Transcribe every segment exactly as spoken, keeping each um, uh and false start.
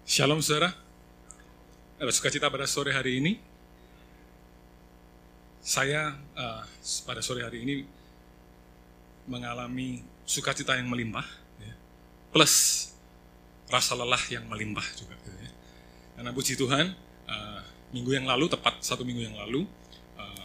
Shalom saudara, ada sukacita pada sore hari ini. Saya uh, pada sore hari ini mengalami sukacita yang melimpah, ya, plus rasa lelah yang melimpah juga. Ya. Karena puji Tuhan, uh, minggu yang lalu, tepat satu minggu yang lalu, uh,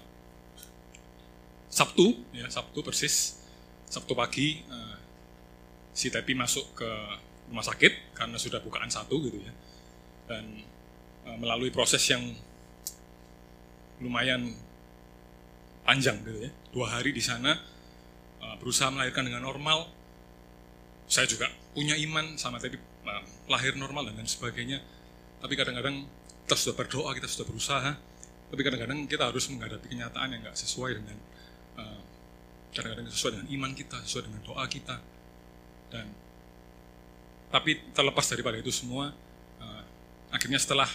Sabtu, ya Sabtu persis, Sabtu pagi, uh, si Tepi masuk ke rumah sakit karena sudah bukaan satu gitu ya, dan uh, melalui proses yang lumayan panjang gitu ya, dua hari di sana uh, berusaha melahirkan dengan normal. Saya juga punya iman sama tadi uh, lahir normal dan lain sebagainya, tapi kadang-kadang kita sudah berdoa, kita sudah berusaha, tapi kadang-kadang kita harus menghadapi kenyataan yang nggak sesuai dengan uh, kadang-kadang sesuai dengan iman kita, sesuai dengan doa kita. Dan tapi terlepas daripada itu semua, uh, akhirnya setelah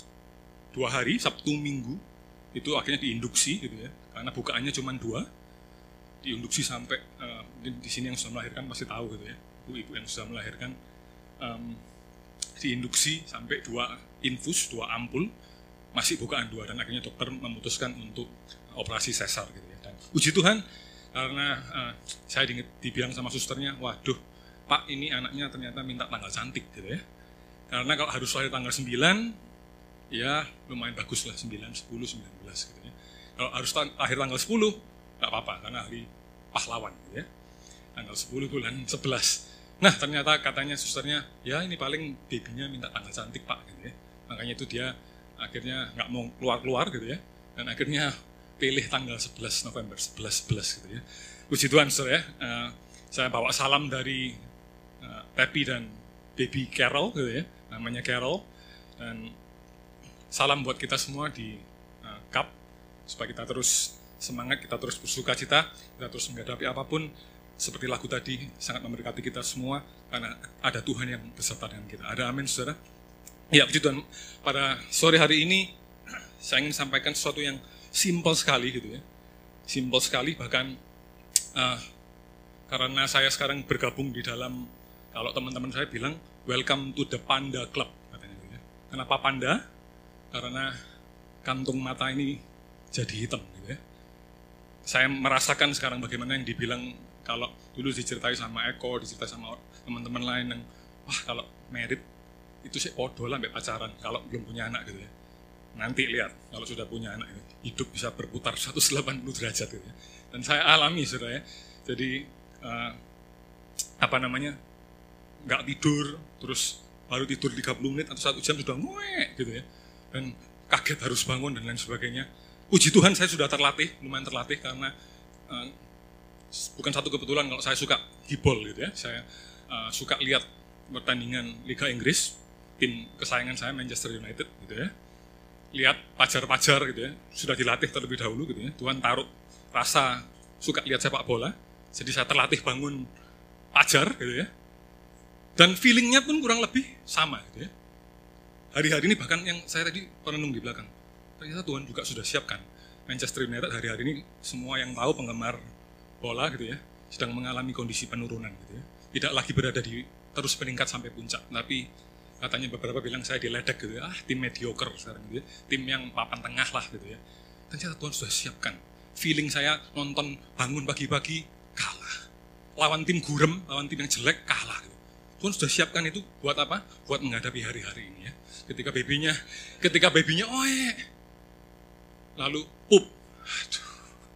dua hari, Sabtu Minggu, itu akhirnya diinduksi gitu ya, karena bukaannya cuma dua, diinduksi sampai, uh, di, di sini yang sudah melahirkan pasti tahu gitu ya, ibu-ibu yang sudah melahirkan, um, diinduksi sampai dua infus, dua ampul, masih bukaan dua, dan akhirnya dokter memutuskan untuk operasi sesar gitu ya. Dan puji Tuhan, karena uh, saya di, dibilang sama susternya, waduh, Pak, ini anaknya ternyata minta tanggal cantik gitu ya. Karena kalau harus lahir tanggal sembilan, ya lumayan bagus lah, sembilan, sepuluh, sembilan belas gitu ya. Kalau harus lahir tanggal sepuluh, nggak apa-apa, karena hari pahlawan gitu ya. Tanggal sepuluh bulan sebelas. Nah, ternyata katanya susternya, ya ini paling babynya minta tanggal cantik Pak gitu ya. Makanya itu dia akhirnya nggak mau keluar-keluar gitu ya. Dan akhirnya pilih tanggal sebelas November, sebelas sebelas gitu ya. Puji Tuhan saudara ya. Uh, saya bawa salam dari Uh, Tepi dan baby Carol gitu ya, namanya Carol, dan salam buat kita semua di uh, C A P, supaya kita terus semangat, kita terus bersuka cita, kita terus menghadapi apapun, seperti lagu tadi sangat memberkati kita semua, karena ada Tuhan yang beserta dengan kita. Ada amin saudara? Ya puji Tuhan, pada sore hari ini saya ingin sampaikan sesuatu yang simpel sekali gitu ya, simpel sekali, bahkan uh, karena saya sekarang bergabung di dalam, kalau teman-teman saya bilang, welcome to the Panda Club, katanya. Kenapa panda? Karena kantung mata ini jadi hitam. Gitu ya. Saya merasakan sekarang bagaimana yang dibilang, kalau dulu diceritai sama Eko, diceritai sama teman-teman lain, yang wah kalau merit, itu sih podo lah sampai pacaran, kalau belum punya anak gitu ya. Nanti lihat, kalau sudah punya anak, hidup bisa berputar seratus delapan puluh derajat gitu ya. Dan saya alami, saudara ya. Jadi, uh, apa namanya, nggak tidur, terus baru tidur tiga puluh menit atau satu jam sudah nguek gitu ya, dan kaget harus bangun dan lain sebagainya. Puji Tuhan saya sudah terlatih, lumayan terlatih, karena uh, bukan satu kebetulan kalau saya suka hibol gitu ya, saya uh, suka lihat pertandingan Liga Inggris, tim kesayangan saya Manchester United gitu ya, lihat pajar-pajar gitu ya, sudah dilatih terlebih dahulu gitu ya, Tuhan taruh rasa suka lihat sepak bola, jadi saya terlatih bangun pajar gitu ya. Dan feelingnya pun kurang lebih sama gitu ya. Hari-hari ini bahkan yang saya tadi perenung di belakang, ternyata Tuhan juga sudah siapkan Manchester United hari-hari ini, semua yang tahu penggemar bola gitu ya, sedang mengalami kondisi penurunan gitu ya. Tidak lagi berada di terus meningkat sampai puncak, tapi katanya beberapa bilang saya diledek gitu ya, ah tim mediocre sekarang gitu ya, tim yang papan tengah lah gitu ya. Ternyata Tuhan sudah siapkan. Feeling saya nonton bangun pagi-pagi kalah. Lawan tim gurem, lawan tim yang jelek kalah gitu. Tuhan sudah siapkan itu buat apa? Buat menghadapi hari-hari ini ya. Ketika babynya, ketika babynya oe, lalu pup, aduh,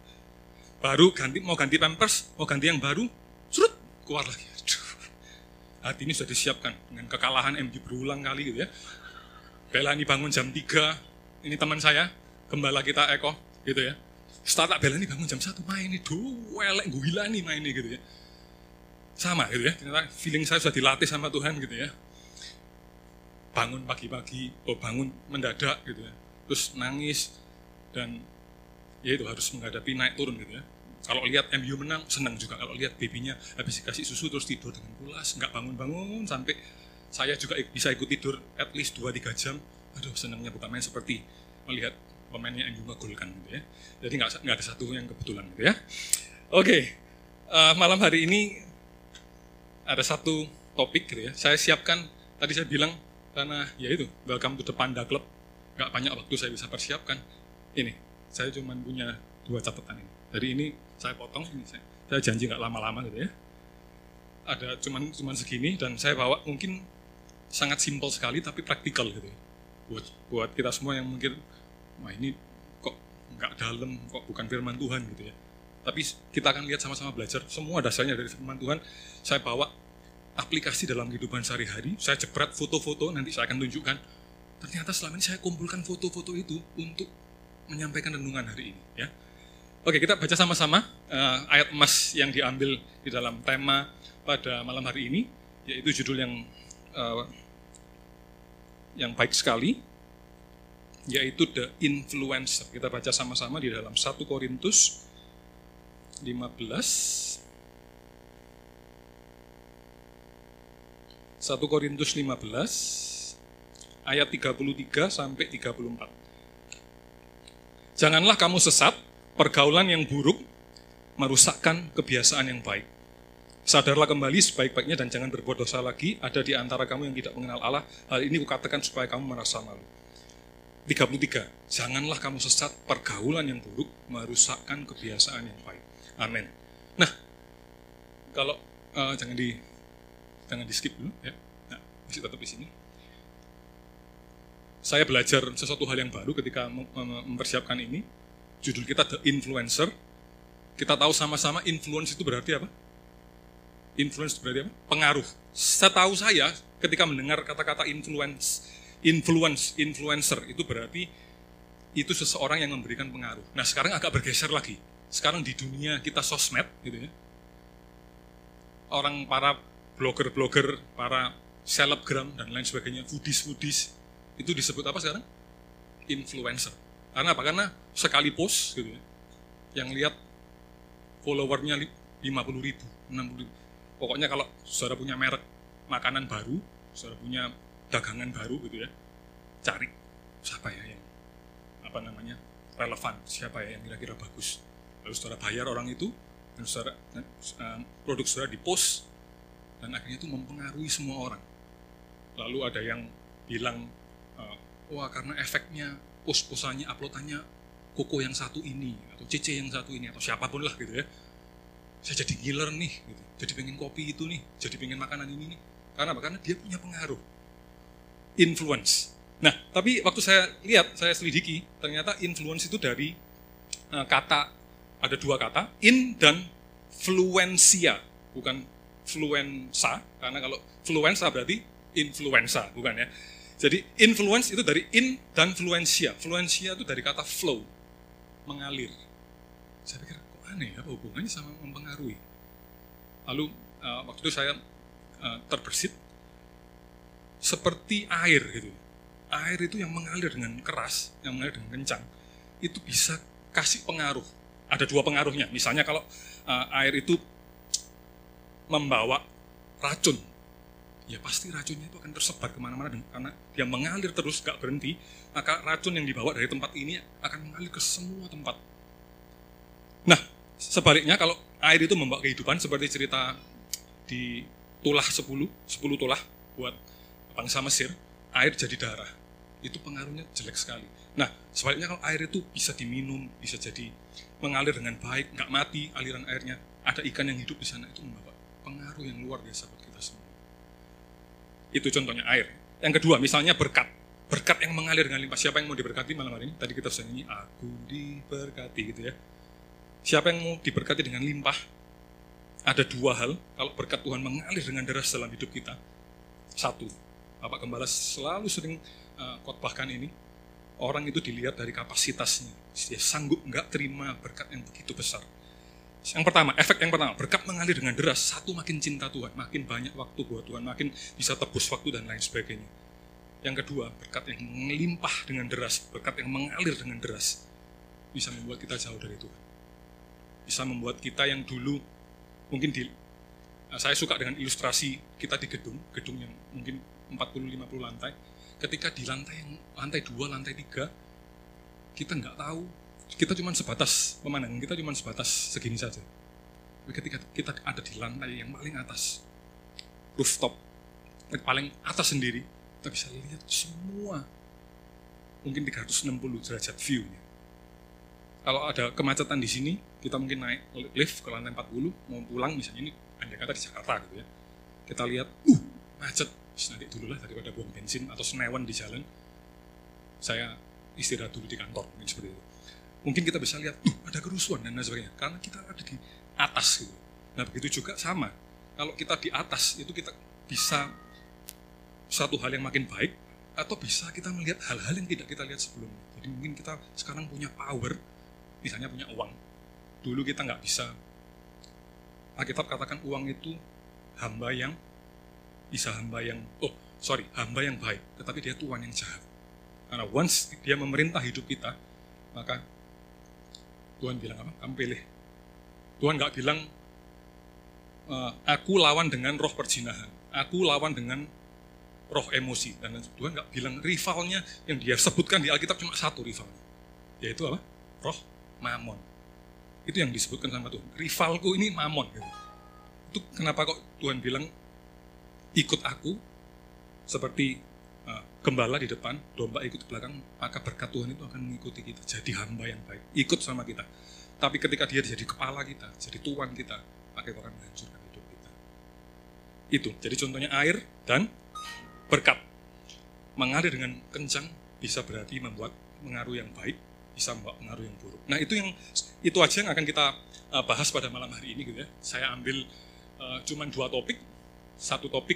baru ganti, mau ganti pampers, mau ganti yang baru, surut, keluar lagi. Aduh. Hati ini sudah disiapkan dengan kekalahan M U berulang kali gitu ya. Belani bangun jam tiga, ini teman saya, gembala kita Eko gitu ya. Setelah Belani bangun jam satu, main ini, duelek gila nih main ini gitu ya. Sama gitu ya, ternyata feeling saya sudah dilatih sama Tuhan gitu ya. Bangun pagi-pagi, oh bangun mendadak gitu ya, terus nangis, dan ya itu harus menghadapi naik turun gitu ya. Kalau lihat M U menang, senang juga. Kalau lihat babynya habis dikasih susu terus tidur dengan pulas, nggak bangun-bangun, sampai saya juga bisa ikut tidur at least dua tiga jam. Aduh, senangnya bukan main seperti melihat pemainnya M U ngegolkan gitu ya. Jadi nggak, nggak ada satu yang kebetulan gitu ya. Oke, uh, malam hari ini ada satu topik gitu ya. Saya siapkan, tadi saya bilang karena ya itu, welcome to the Panda Club, nggak banyak waktu saya bisa persiapkan. Ini, saya cuma punya dua catatan ini. Jadi ini saya potong, ini saya, saya janji nggak lama-lama gitu ya. Ada cuman cuman segini dan saya bawa mungkin sangat simpel sekali tapi praktikal gitu ya. Buat buat kita semua yang mungkin, wah ini kok nggak dalam, kok bukan firman Tuhan gitu ya. Tapi kita akan lihat sama-sama belajar, semua dasarnya dari firman Tuhan. Saya bawa aplikasi dalam kehidupan sehari-hari, saya jepret foto-foto, nanti saya akan tunjukkan. Ternyata selama ini saya kumpulkan foto-foto itu untuk menyampaikan renungan hari ini. Ya. Oke, kita baca sama-sama uh, ayat emas yang diambil di dalam tema pada malam hari ini, yaitu judul yang uh, yang baik sekali, yaitu The Influencer. Kita baca sama-sama di dalam satu Korintus lima belas. satu Korintus lima belas ayat tiga puluh tiga sampai tiga puluh empat. Janganlah kamu sesat, pergaulan yang buruk merusakkan kebiasaan yang baik. Sadarlah kembali sebaik-baiknya dan jangan berbuat dosa lagi, ada di antara kamu yang tidak mengenal Allah. Hal ini kukatakan supaya kamu merasa malu. tiga puluh tiga. Janganlah kamu sesat, pergaulan yang buruk merusakkan kebiasaan yang baik. Amin. Nah, kalau uh, jangan di jangan di skip dulu ya. Nah, masih tetap di sini. Saya belajar sesuatu hal yang baru ketika mempersiapkan ini. Judul kita The Influencer. Kita tahu sama-sama influence itu berarti apa? Influence berarti apa? Pengaruh. Setahu saya ketika mendengar kata-kata influence, influence, influencer itu berarti itu seseorang yang memberikan pengaruh. Nah, sekarang agak bergeser lagi. Sekarang di dunia kita sosmed gitu ya. Orang para blogger-blogger, para selebgram dan lain sebagainya, foodies-foodies, itu disebut apa sekarang? Influencer. Karena apa? Karena sekali post gitu ya, yang lihat followernya lima puluh ribu, enam puluh ribu. Pokoknya kalau saudara punya merek makanan baru, saudara punya dagangan baru gitu ya, cari siapa ya yang apa namanya relevan, siapa ya yang kira-kira bagus. Lalu saudara bayar orang itu, dan saudara, uh, produk saudara di-post, dan akhirnya itu mempengaruhi semua orang. Lalu ada yang bilang, uh, wah karena efeknya, post-postannya, uploadannya Koko yang satu ini, atau C C yang satu ini, atau siapapun lah gitu ya. Saya jadi ngiler nih, gitu. Jadi pengen kopi itu nih, jadi pengen makanan ini nih. Karena apa? Karena dia punya pengaruh. Influence. Nah, tapi waktu saya lihat, saya selidiki, ternyata influence itu dari uh, kata, ada dua kata, in dan fluensia, bukan fluensa, karena kalau fluensa berarti influenza, bukan ya. Jadi influence itu dari in dan fluensia. Fluensia itu dari kata flow, mengalir. Saya pikir, kok aneh ya, apa hubungannya sama mempengaruhi. Lalu uh, waktu itu saya uh, terbersit, seperti air gitu. Air itu yang mengalir dengan keras, yang mengalir dengan kencang, itu bisa kasih pengaruh. Ada dua pengaruhnya. Misalnya kalau uh, air itu membawa racun, ya pasti racunnya itu akan tersebar kemana-mana karena dia mengalir terus, gak berhenti, maka racun yang dibawa dari tempat ini akan mengalir ke semua tempat. Nah, sebaliknya kalau air itu membawa kehidupan, seperti cerita di tulah sepuluh, sepuluh tulah buat bangsa Mesir, air jadi darah, itu pengaruhnya jelek sekali. Nah, sebaliknya kalau air itu bisa diminum, bisa jadi mengalir dengan baik, gak mati aliran airnya, ada ikan yang hidup di sana, itu membawa pengaruh yang luar biasa buat kita semua. Itu contohnya air. Yang kedua, misalnya berkat. Berkat yang mengalir dengan limpah. Siapa yang mau diberkati malam hari ini? Tadi kita sudah nyanyi, aku diberkati gitu ya. Siapa yang mau diberkati dengan limpah? Ada dua hal, kalau berkat Tuhan mengalir dengan deras dalam hidup kita. Satu, Bapak Gembala selalu sering uh, khotbahkan ini, orang itu dilihat dari kapasitasnya. Dia sanggup enggak terima berkat yang begitu besar. Yang pertama, efek yang pertama, berkat mengalir dengan deras. Satu, makin cinta Tuhan, makin banyak waktu buat Tuhan, makin bisa tebus waktu dan lain sebagainya. Yang kedua, berkat yang melimpah dengan deras, berkat yang mengalir dengan deras, bisa membuat kita jauh dari Tuhan. Bisa membuat kita yang dulu, mungkin di, saya suka dengan ilustrasi kita di gedung, gedung yang mungkin empat puluh sampai lima puluh lantai, ketika di lantai yang lantai dua, lantai tiga, kita nggak tahu, kita cuma sebatas, pemandangan kita cuma sebatas segini saja. Tapi ketika kita ada di lantai yang paling atas, rooftop, paling atas sendiri, kita bisa lihat semua, mungkin tiga ratus enam puluh derajat view-nya. Kalau ada kemacetan di sini, kita mungkin naik lift ke lantai empat puluh, mau pulang misalnya, ini andai kata di Jakarta gitu ya. Kita lihat, uh, macet, nanti dulu lah daripada buang bensin atau senewan di jalan, saya istirahat dulu di kantor, mungkin seperti itu. Mungkin kita bisa lihat, uh, ada kerusuhan dan lain sebagainya, karena kita ada di atas gitu. Nah begitu juga sama, kalau kita di atas itu kita bisa suatu hal yang makin baik, atau bisa kita melihat hal-hal yang tidak kita lihat sebelumnya. Jadi mungkin kita sekarang punya power, misalnya punya uang. Dulu kita nggak bisa. Alkitab katakan uang itu hamba yang, bisa hamba yang, oh sorry, hamba yang baik, tetapi dia tuan yang jahat. Karena once dia memerintah hidup kita, maka Tuhan bilang apa? Kamu pilih. Tuhan nggak bilang, e, aku lawan dengan roh perzinahan, aku lawan dengan roh emosi. Dan Tuhan nggak bilang rivalnya yang dia sebutkan di Alkitab cuma satu rivalnya, yaitu apa? Roh Mamon. Itu yang disebutkan sama Tuhan. Rivalku ini Mamon. Gitu. Itu kenapa kok Tuhan bilang ikut aku seperti uh, gembala di depan, domba ikut di belakang, maka berkat Tuhan itu akan mengikuti kita. Jadi hamba yang baik, ikut sama kita. Tapi ketika dia jadi kepala kita, jadi tuan kita, maka itu akan menghancurkan hidup kita. Itu. Jadi contohnya air dan berkat. Mengalir dengan kencang bisa berarti membuat pengaruh yang baik, bisa membawa pengaruh yang buruk. Nah itu yang itu aja yang akan kita uh, bahas pada malam hari ini gitu ya. Saya ambil uh, cuman dua topik, satu topik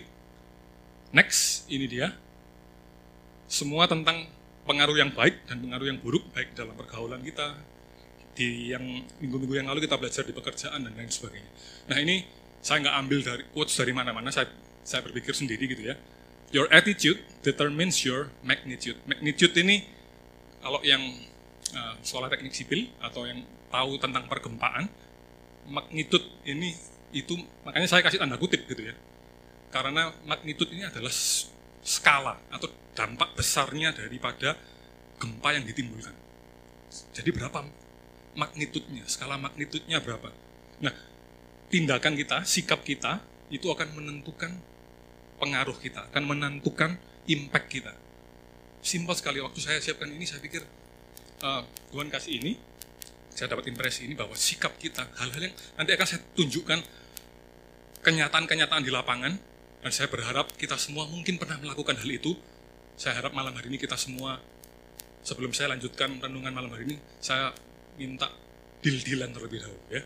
next ini dia semua tentang pengaruh yang baik dan pengaruh yang buruk baik dalam pergaulan kita, di yang minggu-minggu yang lalu kita belajar di pekerjaan dan lain sebagainya. Nah ini saya nggak ambil dari quotes dari mana-mana, saya saya berpikir sendiri gitu ya. Your attitude determines your magnitude. Magnitude ini kalau yang Uh, sekolah teknik sipil atau yang tahu tentang pergempaan, magnitude ini itu makanya saya kasih tanda kutip gitu ya, karena magnitude ini adalah skala atau dampak besarnya daripada gempa yang ditimbulkan. Jadi berapa magnitudenya, skala magnitudenya berapa? Nah, tindakan kita, sikap kita itu akan menentukan pengaruh kita, akan menentukan impact kita. Simpel sekali. Waktu saya siapkan ini saya pikir Uh, Tuhan kasih ini, saya dapat impresi ini bahwa sikap kita, hal-hal yang nanti akan saya tunjukkan kenyataan-kenyataan di lapangan, dan saya berharap kita semua mungkin pernah melakukan hal itu. Saya harap malam hari ini kita semua, sebelum saya lanjutkan renungan malam hari ini, saya minta deal-dealan terlebih dahulu ya.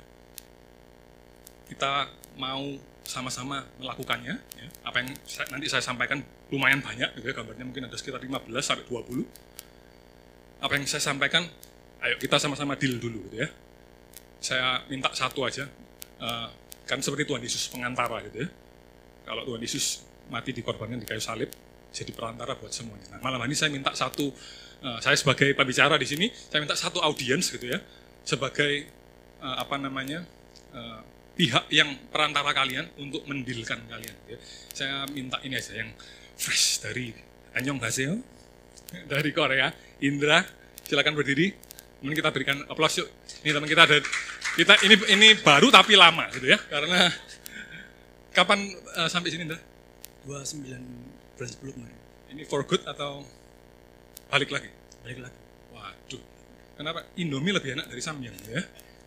Kita mau sama-sama melakukannya ya. Apa yang saya, nanti saya sampaikan lumayan banyak gitu ya, gambarnya mungkin ada sekitar lima belas sampai dua puluh. Apa yang saya sampaikan, ayo kita sama-sama deal dulu gitu ya. Saya minta satu aja, uh, kan seperti Tuhan Yesus pengantara gitu ya. Kalau Tuhan Yesus mati dikorbankan di kayu salib, jadi perantara buat semuanya. Nah, malam ini saya minta satu, uh, saya sebagai pembicara di sini, saya minta satu audiens gitu ya, sebagai uh, apa namanya uh, pihak yang perantara kalian untuk mendilkan kalian. Gitu ya. Saya minta ini aja yang fresh dari Annyeonghaseyo, dari Korea. Indra, silakan berdiri. Kemudian kita berikan aplaus yuk. Ini teman kita ada, kita ini ini baru tapi lama gitu ya. Karena kapan uh, sampai sini Indra? dua puluh sembilan bulan sepuluh kemarin. Ini for good atau balik lagi? Balik lagi. Waduh, kenapa Indomie lebih enak dari Samyang ya?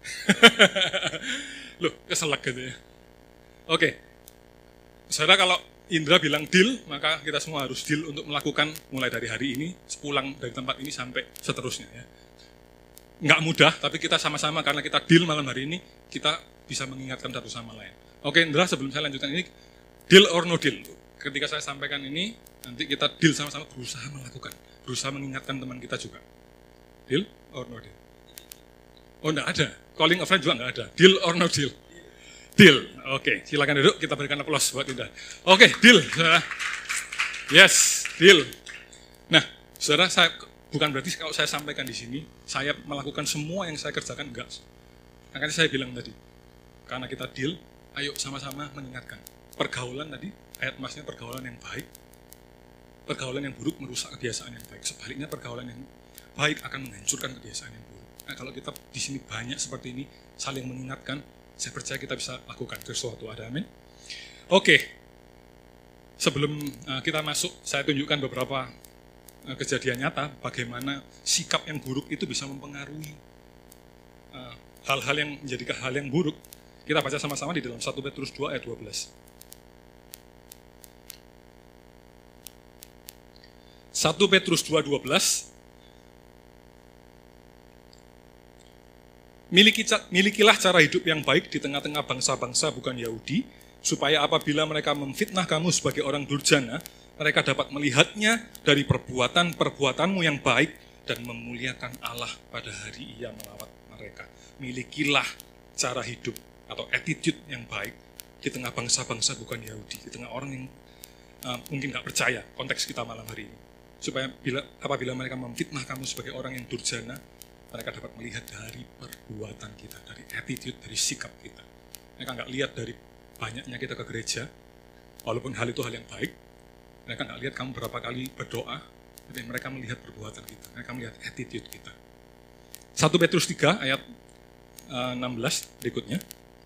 Loh, keselak gitu ya. Oke, saudara kalau Indra bilang deal, maka kita semua harus deal untuk melakukan mulai dari hari ini, sepulang dari tempat ini sampai seterusnya ya. Nggak mudah, tapi kita sama-sama karena kita deal malam hari ini, kita bisa mengingatkan satu sama lain. Oke Indra, sebelum saya lanjutkan ini, deal or no deal. Ketika saya sampaikan ini, nanti kita deal sama-sama, berusaha melakukan, berusaha mengingatkan teman kita juga. Deal or no deal? Oh enggak ada, calling a friend juga enggak ada. Deal or no deal? Deal. Oke, silakan duduk, kita berikan aplaus buat Indra. Oke, deal. Yes, deal. Nah, saudara, saya bukan berarti kalau saya sampaikan di sini, saya melakukan semua yang saya kerjakan, enggak. Makanya saya bilang tadi, karena kita deal, ayo sama-sama mengingatkan. Pergaulan tadi, ayat masnya pergaulan yang baik, pergaulan yang buruk merusak kebiasaan yang baik. Sebaliknya pergaulan yang baik akan menghancurkan kebiasaan yang buruk. Nah, kalau kita di sini banyak seperti ini, saling mengingatkan, saya percaya kita bisa lakukan sesuatu. Ada amin? Oke, sebelum uh, kita masuk, saya tunjukkan beberapa uh, kejadian nyata bagaimana sikap yang buruk itu bisa mempengaruhi uh, hal-hal yang menjadi hal yang buruk. Kita baca sama-sama di dalam satu Petrus dua ayat dua belas. satu Petrus dua ayat dua belas. Miliki, milikilah cara hidup yang baik di tengah-tengah bangsa-bangsa bukan Yahudi, supaya apabila mereka memfitnah kamu sebagai orang durjana, mereka dapat melihatnya dari perbuatan-perbuatanmu yang baik dan memuliakan Allah pada hari Ia melawat mereka. Milikilah cara hidup atau attitude yang baik di tengah bangsa-bangsa bukan Yahudi, di tengah orang yang uh, mungkin nggak percaya, konteks kita malam hari ini. Supaya bila, apabila mereka memfitnah kamu sebagai orang yang durjana, mereka dapat melihat dari perbuatan kita, dari attitude, dari sikap kita. Mereka nggak lihat dari banyaknya kita ke gereja, walaupun hal itu hal yang baik. Mereka nggak lihat kamu berapa kali berdoa, tapi mereka melihat perbuatan kita, mereka melihat attitude kita. satu Petrus tiga ayat uh, enam belas berikutnya.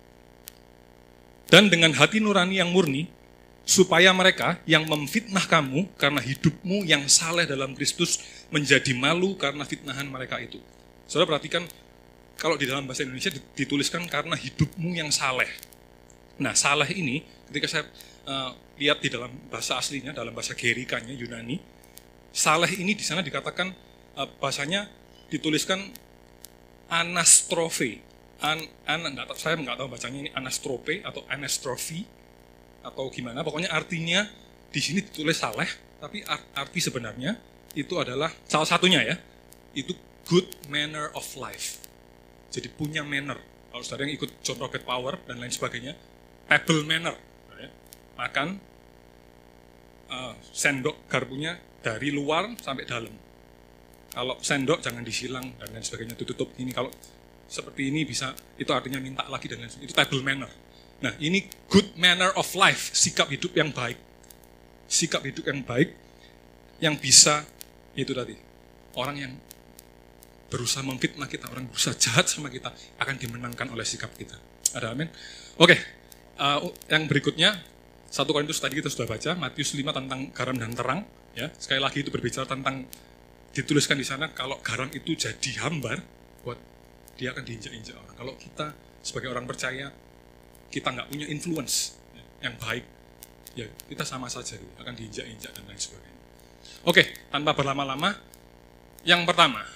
Dan dengan hati nurani yang murni, supaya mereka yang memfitnah kamu karena hidupmu yang saleh dalam Kristus menjadi malu karena fitnahan mereka itu. Saudara perhatikan, kalau di dalam bahasa Indonesia dituliskan karena hidupmu yang saleh. Nah, saleh ini, ketika saya uh, lihat di dalam bahasa aslinya, dalam bahasa Gerikanya, Yunani, saleh ini di sana dikatakan, uh, bahasanya dituliskan anastrofe. An, an, enggak, saya nggak tahu bacanya ini anastrope atau anastrofi, atau gimana, pokoknya artinya di sini ditulis saleh, tapi arti sebenarnya itu adalah, salah satunya ya, itu good manner of life. Jadi punya manner. Kalau saudara yang ikut John Robert Power dan lain sebagainya, table manner. Ya. Makan uh, sendok garpunya dari luar sampai dalam. Kalau sendok jangan disilang dan lain sebagainya, tutup ini. Kalau seperti ini bisa, itu artinya minta lagi dan lain sebagainya. Itu table manner. Nah, ini good manner of life, sikap hidup yang baik. Sikap hidup yang baik yang bisa, itu tadi, orang yang berusaha memfitnah kita, orang berusaha jahat sama kita, akan dimenangkan oleh sikap kita. Ada amin? Oke, uh, yang berikutnya, satu Korintus tadi kita sudah baca, Matius lima tentang garam dan terang. Ya, sekali lagi itu berbicara tentang, dituliskan di sana, kalau garam itu jadi hambar, buat dia akan diinjak-injak orang. Kalau kita sebagai orang percaya, kita nggak punya influence yang baik, ya kita sama saja, akan diinjak-injak dan lain sebagainya. Oke, tanpa berlama-lama, yang pertama,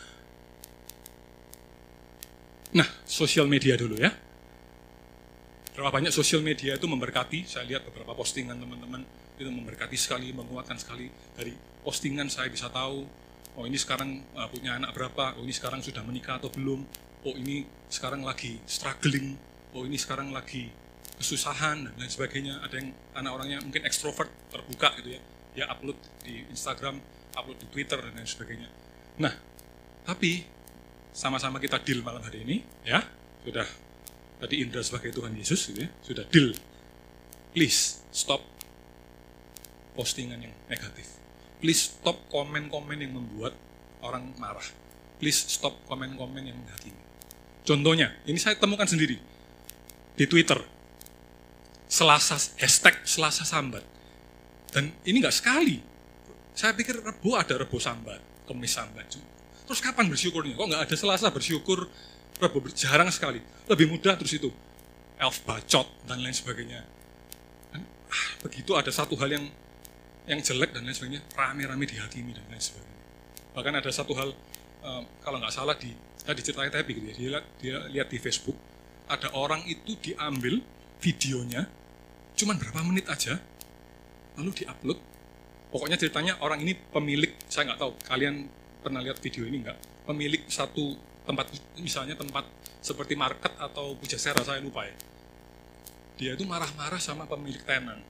nah, sosial media dulu ya. Berapa banyak sosial media itu memberkati, saya lihat beberapa postingan teman-teman, itu memberkati sekali, menguatkan sekali. Dari postingan saya bisa tahu, oh ini sekarang uh, punya anak berapa, oh ini sekarang sudah menikah atau belum, oh ini sekarang lagi struggling, oh ini sekarang lagi kesusahan, dan lain sebagainya. Ada yang anak orangnya mungkin ekstrovert, terbuka gitu ya, dia upload di Instagram, upload di Twitter, dan lain sebagainya. Nah, tapi sama-sama kita deal malam hari ini, ya. Sudah tadi Indra sebagai Tuhan Yesus gitu ya, sudah deal. Please stop postingan yang negatif. Please stop komen-komen yang membuat orang marah. Please stop komen-komen yang menghakimi. Contohnya, ini saya temukan sendiri di Twitter. Selasa, hashtag Selasa Sambat. Dan ini nggak sekali. Saya pikir Rebo ada Rebo Sambat, Kemis Sambat. Terus kapan bersyukurnya? Kok nggak ada Selasa bersyukur, Rebo jarang sekali. Lebih mudah terus itu, elf bacot dan lain sebagainya. Dan, ah, begitu ada satu hal yang yang jelek dan lain sebagainya, rame-rame dihakimi dan lain sebagainya. Bahkan ada satu hal, um, kalau nggak salah di tadi diceritain Tepi gitu ya, dia, dia lihat di Facebook, ada orang itu diambil videonya, cuman berapa menit aja, lalu diupload. Pokoknya ceritanya orang ini pemilik, saya nggak tahu, kalian pernah lihat video ini enggak? Pemilik satu tempat, misalnya tempat seperti market atau pujasera, saya lupa ya. Dia itu marah-marah sama pemilik tenan.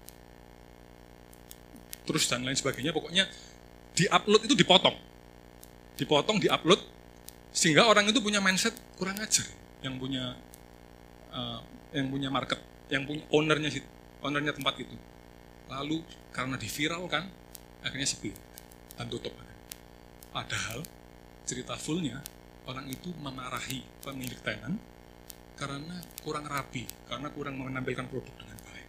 Terus dan lain sebagainya, pokoknya di-upload itu dipotong. Dipotong, di-upload, sehingga orang itu punya mindset kurang ajar. Yang punya uh, yang punya market, yang punya ownernya ownernya tempat itu. Lalu karena diviralkan, akhirnya sepi dan tutup. Padahal cerita fullnya, orang itu memarahi pemilik tenan karena kurang rapi, karena kurang menampilkan produk dengan baik.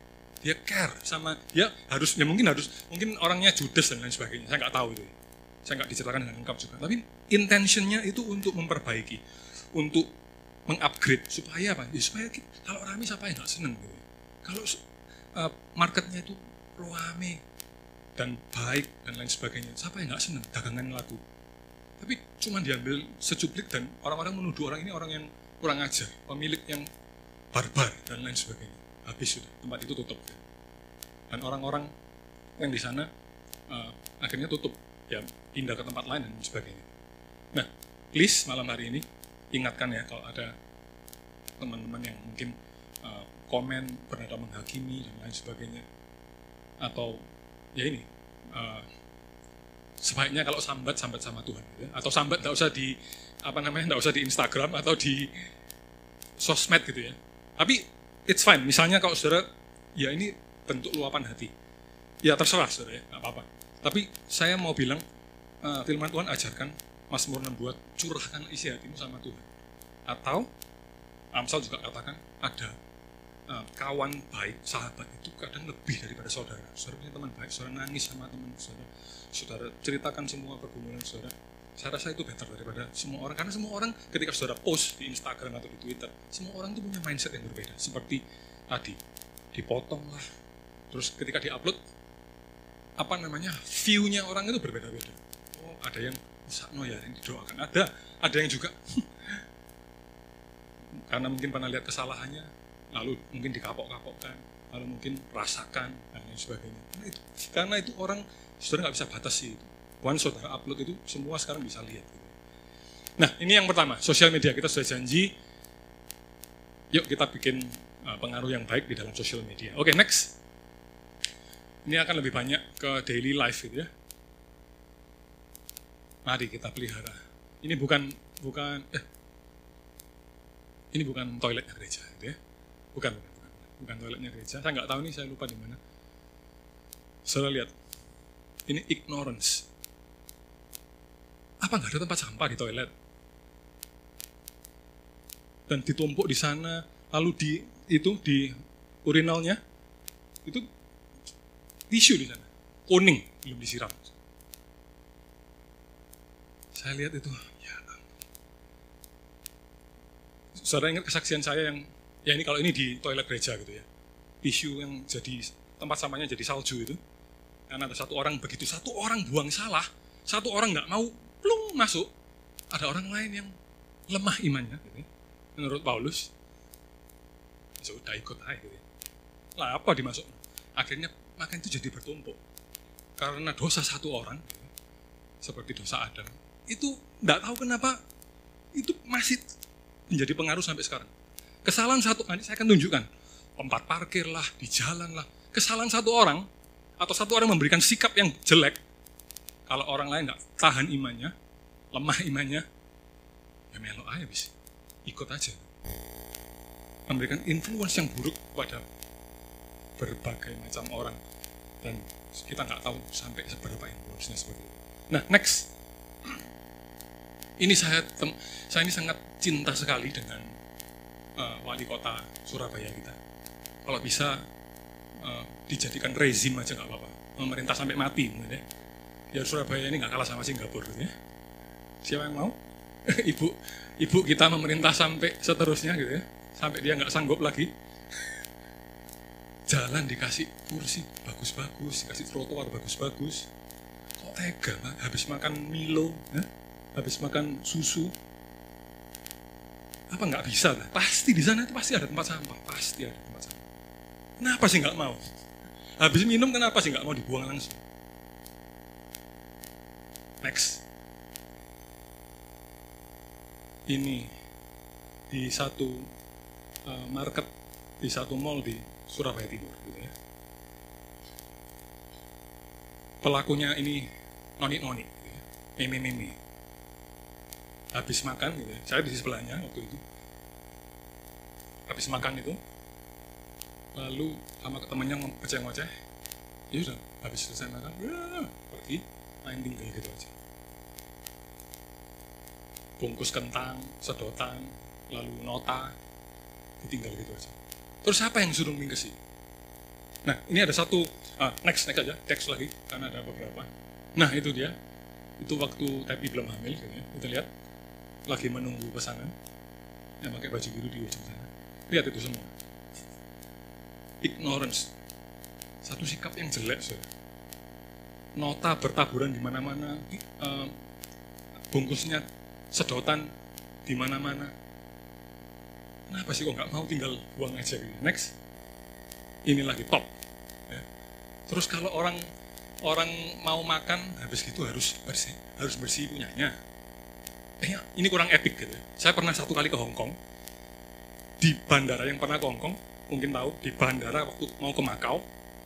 dia care sama dia harus ya mungkin harus mungkin orangnya judes dan lain sebagainya, saya nggak tahu itu, saya nggak diceritakan dengan lengkap juga, tapi intentionnya itu untuk memperbaiki, untuk mengupgrade supaya apa? Ya, supaya kita, kalau rame siapa yang nggak seneng gitu. Kalau uh, marketnya itu rame dan baik dan lain sebagainya, siapa yang nggak seneng dagangan laku? Tapi cuma diambil secuplik dan orang-orang menuduh orang ini orang yang kurang ajar, pemilik yang barbar dan lain sebagainya. Habis sudah tempat itu tutup. Dan orang-orang yang di sana uh, akhirnya tutup, ya pindah ke tempat lain dan sebagainya. Nah, please malam hari ini ingatkan ya kalau ada teman-teman yang mungkin uh, komen bernada menghakimi dan lain sebagainya, atau ya ini uh, sebaiknya kalau sambat sambat sama Tuhan gitu ya. Atau sambat nggak usah di apa namanya nggak usah di Instagram atau di sosmed gitu ya, tapi it's fine. Misalnya kalau saudara ya ini bentuk luapan hati, ya terserah saudara ya, nggak apa-apa. Tapi saya mau bilang uh, firman Tuhan ajarkan Mazmur enam dua, curahkan isi hatimu sama Tuhan. Atau Amsal juga katakan ada uh, kawan baik, sahabat itu kadang lebih daripada saudara. Saudara punya teman baik, saudara nangis sama teman saudara, saudara ceritakan semua pergumulan saudara. Saya rasa itu better daripada semua orang, karena semua orang ketika saudara post di Instagram atau di Twitter, semua orang itu punya mindset yang berbeda. Seperti tadi, dipotong lah, terus ketika diupload, apa namanya, view-nya orang itu berbeda-beda. Oh, ada yang sakno ya, yang didoakan. Ada, ada yang juga karena mungkin pernah lihat kesalahannya, lalu mungkin dikapok-kapokkan, lalu mungkin rasakan dan lain sebagainya. Karena itu, karena itu orang saudara nggak bisa batasi itu. Once saudara upload itu semua sekarang bisa lihat. Nah, ini yang pertama, sosial media kita sudah janji, yuk kita bikin uh, pengaruh yang baik di dalam sosial media. Oke, okay, next. Ini akan lebih banyak ke daily life gitu ya. Mari kita pelihara. Ini bukan bukan eh, ini bukan toiletnya gereja gitu ya. Bukan, bukan, bukan, bukan toiletnya gereja. Saya nggak tahu nih, saya lupa di mana. Saudara lihat, ini ignorance. Apa nggak ada tempat sampah di toilet? Dan ditumpuk di sana, lalu di itu di urinalnya itu tisu di sana, kuning belum disiram. Saya lihat itu, ya. Saudara ingat kesaksian saya yang, ya ini kalau ini di toilet gereja gitu ya, tisu yang jadi tempat sampahnya jadi salju itu, karena ada satu orang begitu, satu orang buang salah, satu orang nggak mau plung masuk, ada orang lain yang lemah imannya, gitu. Menurut Paulus, sudah ikut aja. Gitu. Lah apa dimasuk? Akhirnya makan itu jadi bertumpuk, karena dosa satu orang, gitu. Seperti dosa Adam. Itu nggak tahu kenapa itu masih menjadi pengaruh sampai sekarang. Kesalahan satu, nanti saya akan tunjukkan tempat parkir lah, di jalan lah. Kesalahan satu orang atau satu orang memberikan sikap yang jelek, kalau orang lain nggak tahan imannya, lemah imannya, ya melo aja bis, ikut aja. Memberikan influence yang buruk pada berbagai macam orang, dan kita nggak tahu sampai seberapa influence-nya seperti itu. Nah, next. Ini saya, tem, saya ini sangat cinta sekali dengan uh, wali kota Surabaya kita. Kalau bisa uh, dijadikan rezim aja nggak apa-apa. Memerintah sampai mati, gitu ya. Ya Surabaya ini nggak kalah sama Singapura, gitu ya. Siapa yang mau? ibu, ibu kita memerintah sampai seterusnya, gitu ya. Sampai dia nggak sanggup lagi. Jalan dikasih kursi bagus-bagus, dikasih trotoar bagus-bagus. Kok tega, habis makan Milo, ya? Habis makan susu, apa nggak bisa? Pasti di sana itu pasti ada tempat sampah, pasti ada tempat sampah. Kenapa sih nggak mau? Habis minum kenapa sih nggak mau dibuang langsung? Next, ini di satu uh, market, di satu mall di Surabaya Timur, gitu ya. Pelakunya ini noni-noni, gitu ya. meme-meme. Habis makan, gitu ya. Saya di sebelahnya waktu itu. Habis makan itu, lalu sama temannya ngoceh-ngoceh, ya sudah, habis selesai makan, ya, pergi, main tinggal gitu aja. Bungkus kentang, sedotan, lalu nota, ditinggal gitu aja. Terus siapa yang suruh mingkesi? Nah, ini ada satu, ah, next, next aja, teks lagi, karena ada beberapa. Nah, itu dia, itu waktu Tepi belum hamil, gitu ya. Kita lihat, lagi menunggu pesanan, yang pakai baju biru di ujung sana. Lihat itu semua. Ignorance, satu sikap yang jelek, saudara. Nota bertaburan di mana-mana, uh, bungkusnya sedotan di mana-mana. Kenapa sih kok nggak mau tinggal buang aja gitu? Next, ini lagi top. Ya. Terus kalau orang orang mau makan habis gitu harus bersih, harus bersih punyanya. Eh, ini kurang epic gitu. Saya pernah satu kali ke Hong Kong, di bandara, yang pernah ke Hong Kong mungkin tahu, di bandara waktu mau ke Makau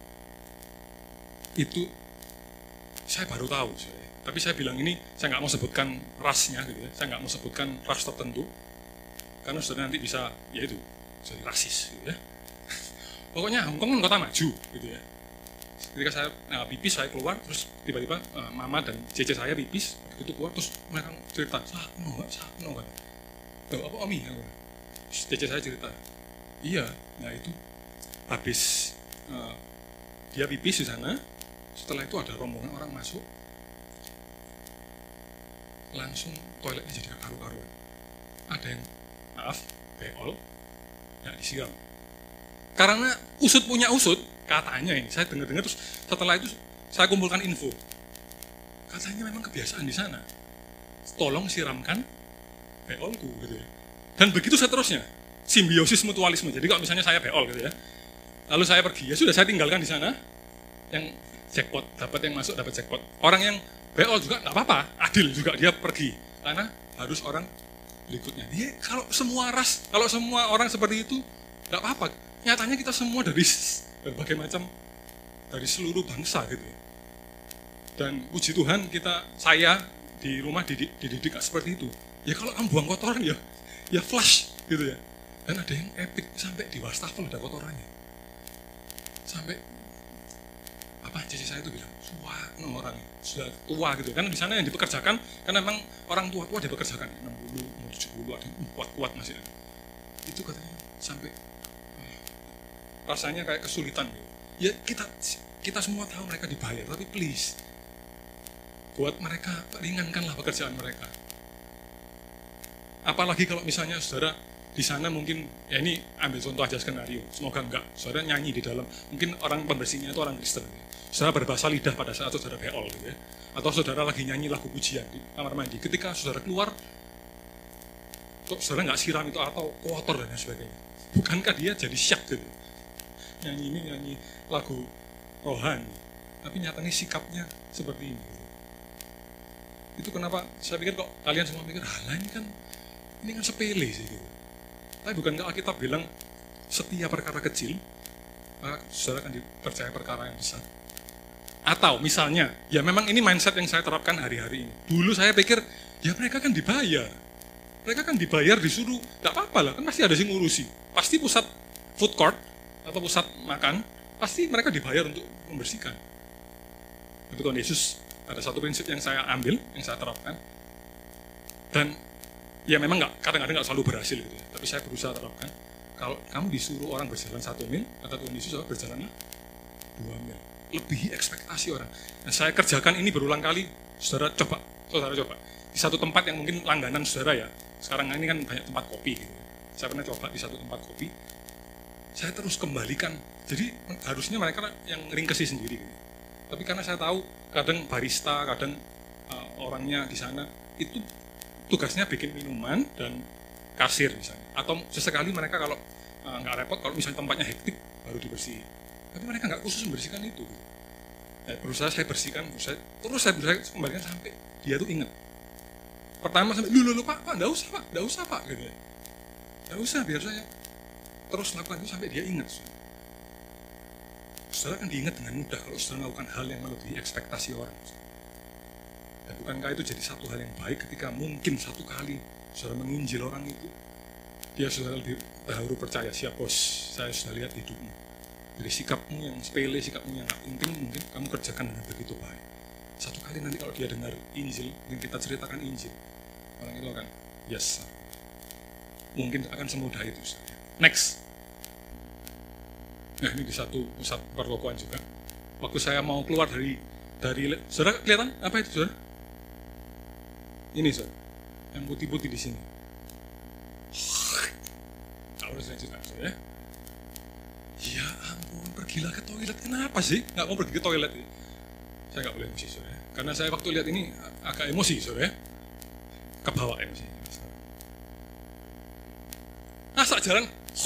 itu saya baru tahu. Saya. Tapi saya bilang ini, saya nggak mau sebutkan rasnya gitu ya. Saya nggak mau sebutkan ras tertentu karena sudah nanti bisa, ya itu, jadi rasis gitu ya. Pokoknya Hong Kong kan kota maju gitu ya. Ketika saya nah, pipis, saya keluar, terus tiba-tiba uh, mama dan cece saya pipis, itu keluar, terus mereka cerita, sakno nggak, sakno kan. Tuh, apa Omi? Cece saya cerita, iya, nah itu habis uh, dia pipis di sana, setelah itu ada rombongan orang masuk, langsung toiletnya jadi karu-karuan. Ada yang, maaf, beol, nggak disiram. Karena usut punya usut, katanya ini, saya dengar-dengar terus setelah itu saya kumpulkan info. Katanya memang kebiasaan di sana. Tolong siramkan beolku gitu ya. Dan begitu seterusnya, simbiosis mutualisme. Jadi kalau misalnya saya beol gitu ya, lalu saya pergi, ya sudah saya tinggalkan di sana. Yang jackpot, dapat yang masuk dapat jackpot. Orang yang beol juga nggak apa-apa, adil juga dia pergi. Karena harus orang berikutnya. Ya, kalau semua ras, kalau semua orang seperti itu, nggak apa-apa. Nyatanya kita semua dari berbagai macam, dari seluruh bangsa gitu ya. Dan puji Tuhan kita, saya di rumah didik, dididik seperti itu. Ya kalau kamu buang kotoran ya, ya flush gitu ya. Dan ada yang epic, sampai di wastafel ada kotorannya. Sampai, apa, cici saya itu bilang, wah, no, orang sudah tua gitu. Karena di sana yang dipekerjakan, karena memang orang tua-tua dipekerjakan, enam puluh, tujuh puluh, ada yang kuat-kuat masih ada. Itu katanya sampai rasanya kayak kesulitan gitu. Ya kita kita semua tahu mereka dibayar, tapi please buat mereka ringankanlah pekerjaan mereka. Apalagi kalau misalnya saudara di sana mungkin, ya ini ambil contoh aja skenario, semoga enggak, saudara nyanyi di dalam, mungkin orang pembersihnya itu orang Kristen, gitu. Saudara berbahasa lidah pada saat saudara beol gitu ya, atau saudara lagi nyanyi lagu pujian di kamar mandi, ketika saudara keluar, kok saudara nggak siram itu atau kotor dan sebagainya, bukankah dia jadi syak gitu? Nyanyi ini nyanyi lagu rohani, tapi nyatanya sikapnya seperti ini. Itu kenapa saya pikir kok kalian semua pikir, halah ini kan ini kan sepele sih gitu. Tapi bukankah Alkitab bilang setiap perkara kecil maka saudara akan dipercaya perkara yang besar. Atau misalnya, ya memang ini mindset yang saya terapkan hari-hari ini. Dulu saya pikir, ya mereka kan dibayar. Mereka kan dibayar, disuruh, gak apa-apa lah, kan pasti ada yang ngurusi. Pasti pusat food court atau pusat makan, pasti mereka dibayar untuk membersihkan. Tapi Tuhan Yesus, ada satu prinsip yang saya ambil, yang saya terapkan, dan ya memang nggak, kadang-kadang nggak selalu berhasil gitu ya, tapi saya berusaha terapkan. Kalau kamu disuruh orang berjalan satu mil, kata Tuhan Yesus, berjalanlah dua mil. Lebihi ekspektasi orang. Dan saya kerjakan ini berulang kali, saudara coba, saudara coba. Di satu tempat yang mungkin langganan saudara ya, sekarang ini kan banyak tempat kopi gitu. Saya pernah coba di satu tempat kopi, saya terus kembalikan. Jadi harusnya mereka yang ringkesi sendiri. Gitu. Tapi karena saya tahu kadang barista, kadang uh, orangnya di sana itu tugasnya bikin minuman dan kasir misalnya. Atau sesekali mereka kalau uh, nggak repot, kalau misalnya tempatnya hektik baru dibersihin. Tapi mereka nggak khusus membersihkan itu. Gitu. Ya, berusaha saya bersihkan, berusaha, terus saya berusaha kembalikan sampai dia tuh ingat. Pertama sampai, lu lu pak, pak, nggak usah pak, nggak usah pak, gitu ya. Nggak usah, biar saya terus lakukan itu sampai dia ingat. Saudara kan diingat dengan mudah kalau saudara melakukan hal yang melebihi ekspektasi orang. Dan bukankah itu jadi satu hal yang baik ketika mungkin satu kali saudara menginjil orang itu, dia sudah lebih dahulu percaya, siap bos, saya sudah lihat hidupmu. Dari sikapmu yang sepele, sikapmu yang gak penting, mungkin kamu kerjakan dengan begitu baik. Satu kali nanti kalau dia dengar Injil, yang kita ceritakan Injil, orang itu akan, yes, mungkin akan semudah itu. Next. Nah ini di satu pusat pertokoan juga. Waktu saya mau keluar dari dari, saudara kelihatan apa itu saudara? Ini saudara, yang putih-putih di sini. Kalau saya cerita saudara, ya ampun, pergilah ke toilet. Kenapa sih nggak mau pergi ke toilet? Saya nggak boleh emosi saudara, karena saya waktu lihat ini agak emosi saudara, kebawa emosi. Masa jalan,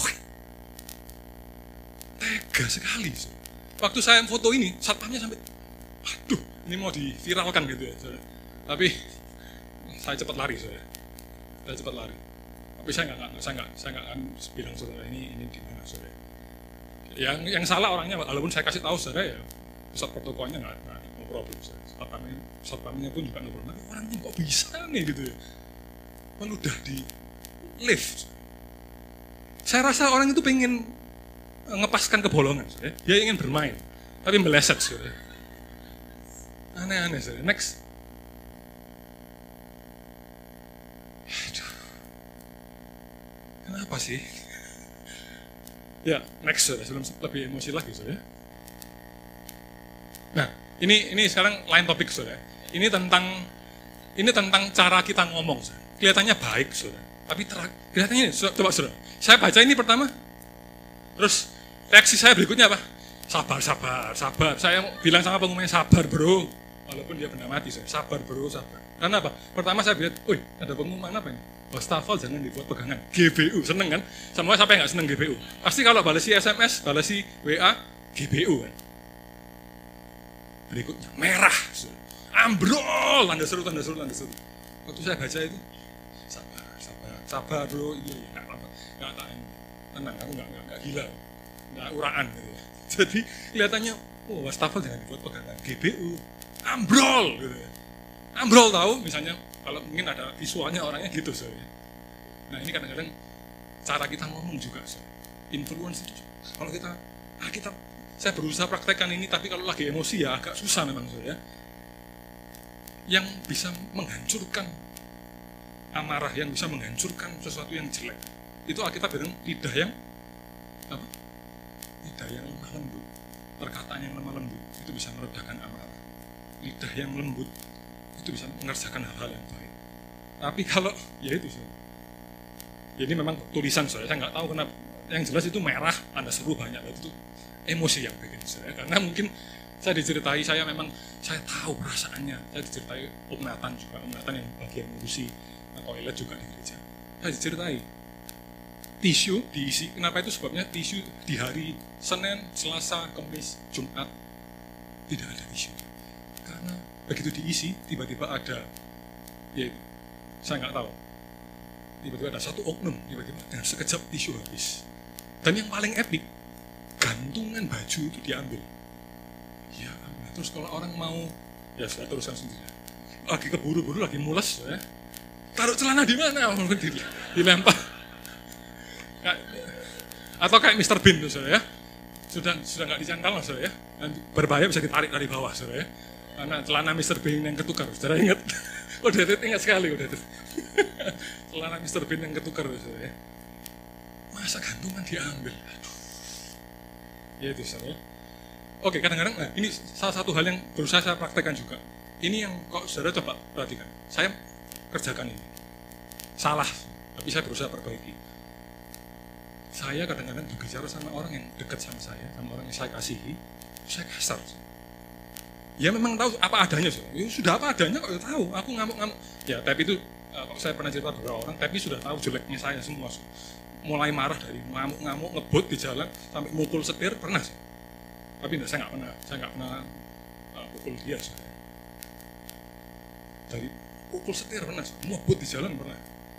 tega sekali. Waktu saya foto ini, satpamnya sampai, aduh, ini mau diviralkan gitu ya, saudara. Tapi saya cepat lari, saudara. Saya cepat lari. Tapi saya nggak, saya nggak, saya nggak akan bilang saudara ini, ini di mana, saudara. Yang, yang salah orangnya, walaupun saya kasih tahu saudara ya, pusat pertokoannya nggak, nggak, no problem, saudara. Satpamnya, satpamnya pun juga no problem. Tapi orangnya kok bisa nih gitu ya, meludah di lift. Saya rasa orang itu pengen ngepaskan kebolongan, saudara. Dia ingin bermain, tapi meleset, saudara. Aneh-aneh, saudara. Next. Aduh. Kenapa sih? Ya, next, saudara. Sebelum lebih emosi lagi, saudara. Nah, ini ini sekarang lain topik, saudara. Ini tentang ini tentang cara kita ngomong, saudara. Kelihatannya baik, saudara. Tapi ter- kelihatannya ini, coba saudara. Saya baca ini pertama, terus reaksi saya berikutnya apa? Sabar, sabar, sabar. Saya bilang sama pengumumannya, sabar bro. Walaupun dia benda mati, saya sabar bro, sabar. Karena apa? Pertama saya lihat, wih ada pengumuman apa ini? Wastafel jangan dibuat pegangan. G B U, seneng kan? Semua siapa yang nggak seneng G B U? Pasti kalau balesi S M S, balesi W A, G B U kan? Berikutnya, merah. Ambrol, tanda seru, tanda seru, tanda seru. Waktu saya baca itu, sabar, sabar, sabar bro, iya, iya, nggak apa-apa. Nggak tak ini. Tenang, aku nggak, nggak, nggak gila. Nggak uraan gitu. Jadi kelihatannya, oh wastafel jangan dibuat pegangan. G B U, ambrol gitu. Ambrol tahu, misalnya kalau mungkin ada visualnya orangnya gitu soalnya. Nah ini kadang-kadang cara kita ngomong juga, so. Influence itu. Kalau kita, ah kita, saya berusaha praktekkan ini, tapi kalau lagi emosi ya agak susah memang so ya. Yang bisa menghancurkan amarah, yang bisa menghancurkan sesuatu yang jelek, itu Alkitab bilang lidah yang apa? Lidah yang lemah lembut, perkataan yang lemah lembut itu bisa meredakan amarah. Lidah yang lembut itu bisa mengerjakan hal-hal yang baik. Tapi kalau ya itu sih, ini memang tulisan saya, saya nggak tahu kenapa. Yang jelas itu merah, tanda seru banyak, itu emosi yang bikin saya. Karena mungkin saya diceritai, saya memang saya tahu perasaannya. Saya diceritai Om Nathan juga, Om Nathan yang bagian ngurusi toilet juga di gereja. Saya diceritai tisu diisi. Kenapa itu sebabnya? Tisu di hari Senin, Selasa, Kamis, Jumat tidak ada tisu. Karena begitu diisi, tiba-tiba ada, ya saya nggak tahu, tiba-tiba ada satu oknum, tiba-tiba dengan sekejap tisu habis. Dan yang paling epic, gantungan baju itu diambil. Ya, terus kalau orang mau, ya saya teruskan sendiri. Lagi keburu-buru, lagi mules, ya. Taruh celana di mana? Mungkin dilempar. Atau kayak mister Bean tuh, ya. Sudah sudah nggak dicangkal, ya. Dan berbahaya bisa ditarik dari bawah, ya. Karena celana mister Bean yang ketukar, saudara ingat? Udah ingat sekali, udah celana mister Bean yang ketukar, saudara. Masa gantungan diambil? Aduh. Ya itu, saudara. Oke, kadang-kadang, nah, ini salah satu hal yang berusaha saya praktekkan juga. Ini yang kok saudara coba perhatikan. Saya kerjakan ini. Salah, tapi saya berusaha perbaiki. Saya kadang-kadang berbicara sama orang yang dekat sama saya, sama orang yang saya kasihi, saya kasar. Ya memang tahu apa adanya, so. Ya, sudah apa adanya kok ya tahu. Aku ngamuk-ngamuk. Ya, tapi itu kok saya pernah cerita beberapa orang, tapi sudah tahu jeleknya saya semua. So. Mulai marah dari ngamuk-ngamuk, ngebut di jalan sampai mukul setir pernah sih. Tapi enggak, saya nggak pernah, saya nggak pernah uh, pukul dia. So. Dari pukul setir pernah, so. Ngebut di jalan pernah.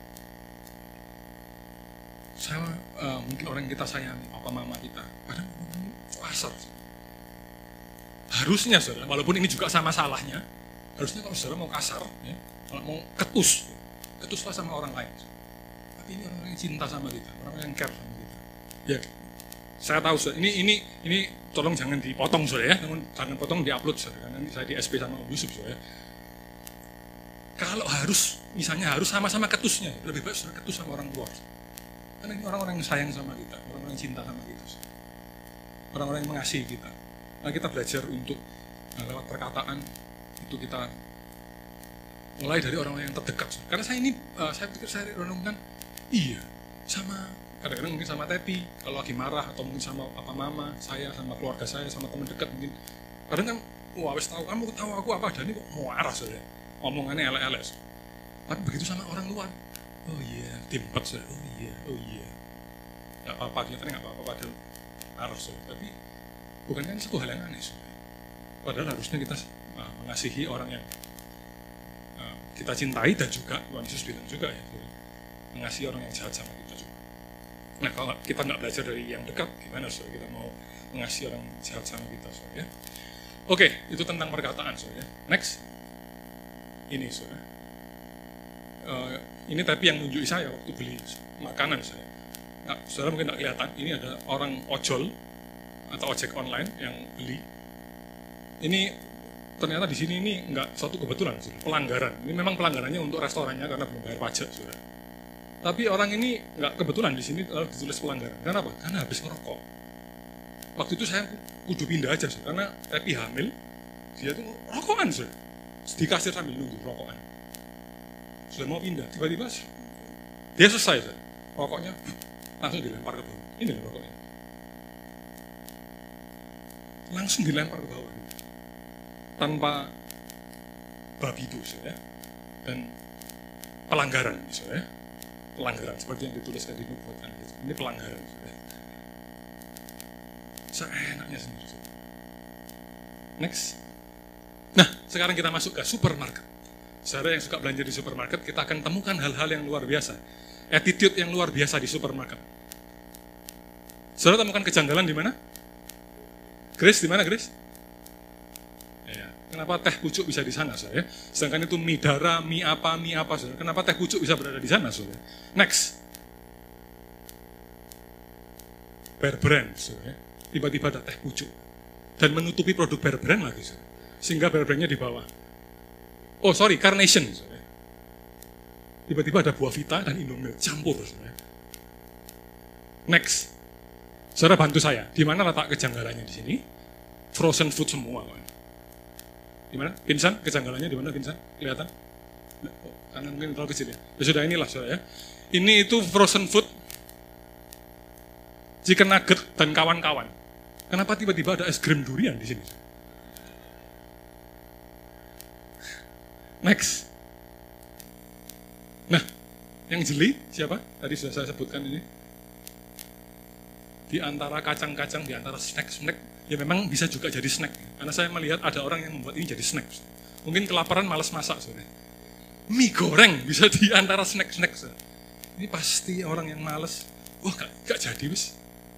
Saya uh, mungkin orang yang kita sayangi, papa mama kita, kadang ngomong kasar. Harusnya saudara, walaupun ini juga sama salahnya, harusnya kalau saudara mau kasar, ya, kalau mau ketus, ketuslah sama orang lain. Tapi ini orang yang cinta sama kita, orang yang care sama kita. Ya, saya tahu saudara, ini ini ini tolong jangan dipotong saudara ya, namun jangan potong diupload saudara, nanti saya di S P sama Om Yusuf saudara. Kalau harus, misalnya harus sama-sama ketusnya, lebih baik saudara ketus sama orang luar. Karena ini orang-orang yang sayang sama kita, orang-orang yang cinta sama kita. orang-orang yang mengasihi kita. Nah, kita belajar untuk nah, lewat perkataan itu kita mulai dari orang-orang yang terdekat. Karena saya ini, uh, saya pikir saya renungkan, iya, sama kadang-kadang mungkin sama Tepi kalau lagi marah, atau mungkin sama papa mama saya, sama keluarga saya, sama teman dekat mungkin. Kadang kan, wah, wis tahu kamu tahu aku apa, dan ini kok mau marah saja, omongannya elek-elek. Tapi begitu sama orang luar, oh iya, timpet saja, oh iya, oh iya, nggak apa-apa, kelihatannya nggak apa-apa padahal marah saja. Tapi bukan kan satu hal yang aneh saja. Padahal harusnya kita uh, mengasihi orang yang uh, kita cintai, dan juga Tuhan Yesus bilang juga ya, mengasihi orang yang jahat sama kita juga. Nah, kalau kita nggak belajar dari yang dekat, gimana saudara kita mau mengasihi orang jahat sama kita, saudara ya? Oke, itu tentang perkataan, saudara. Next, ini saudara. Uh, ini tapi yang nunjuki saya waktu beli makanan saya. Nah, saudara mungkin nggak kelihatan. Ini ada orang ojol atau ojek online yang beli. Ini ternyata di sini ini nggak suatu kebetulan, saudara. Pelanggaran. Ini memang pelanggarannya untuk restorannya karena belum bayar pajak, saudara. Tapi orang ini nggak kebetulan di sini uh, ditulis pelanggaran. Kenapa? Karena habis ngerokok. Waktu itu saya kudu pindah aja, saudara. Karena Tepi hamil, dia tuh rokokan, saudara. Di kasir sambil nunggu rokokan. Sudah mau pindah, tiba-tiba dia selesai, saudara. Rokoknya langsung dilempar ke bawah. Ini loh rokoknya. Langsung dilempar ke bawah. Tanpa babi itu, saudara. Dan pelanggaran, saudara. Pelanggaran seperti yang dituliskan di nubuatan itu. Ini pelanggaran, saudara. Seenaknya sendiri, saudara. Next. Nah, sekarang kita masuk ke supermarket. Saudara yang suka belanja di supermarket, kita akan temukan hal-hal yang luar biasa, attitude yang luar biasa di supermarket. Saudara temukan kejanggalan di mana? Grace, di mana Grace? Ya, kenapa teh pucuk bisa di sana, saudara? Sedangkan itu mie dara, mie apa, mie apa, saudara? Kenapa teh pucuk bisa berada di sana, saudara? Next. Bear Brand, saudara. Tiba-tiba ada teh pucuk dan menutupi produk Bear Brand lagi, saudara. Sehingga Bear Brand-nya di bawah. Oh sorry, Carnation, saudara. Tiba-tiba ada buah Vita dan Indomilk campur, saudara. Next. Saudara bantu saya, di mana letak kejanggalannya di sini? Frozen food semua, kan? Di mana? Vincent, kejanggalannya di mana, Vincent? Kelihatan? Oh, karena mungkin terlalu kecil ya. Ya sudah, inilah saudara ya. Ini itu frozen food, chicken nugget dan kawan-kawan. Kenapa tiba-tiba ada es krim durian di sini? Next. Nah, yang jeli siapa? Tadi sudah saya sebutkan ini. Di antara kacang-kacang, di antara snack-snack, ya memang bisa juga jadi snack. Karena saya melihat ada orang yang membuat ini jadi snack. Mungkin kelaparan malas masak, saudara. Mie goreng bisa di antara snack-snack, saudara. Ini pasti orang yang malas. Wah, gak, gak jadi, wis.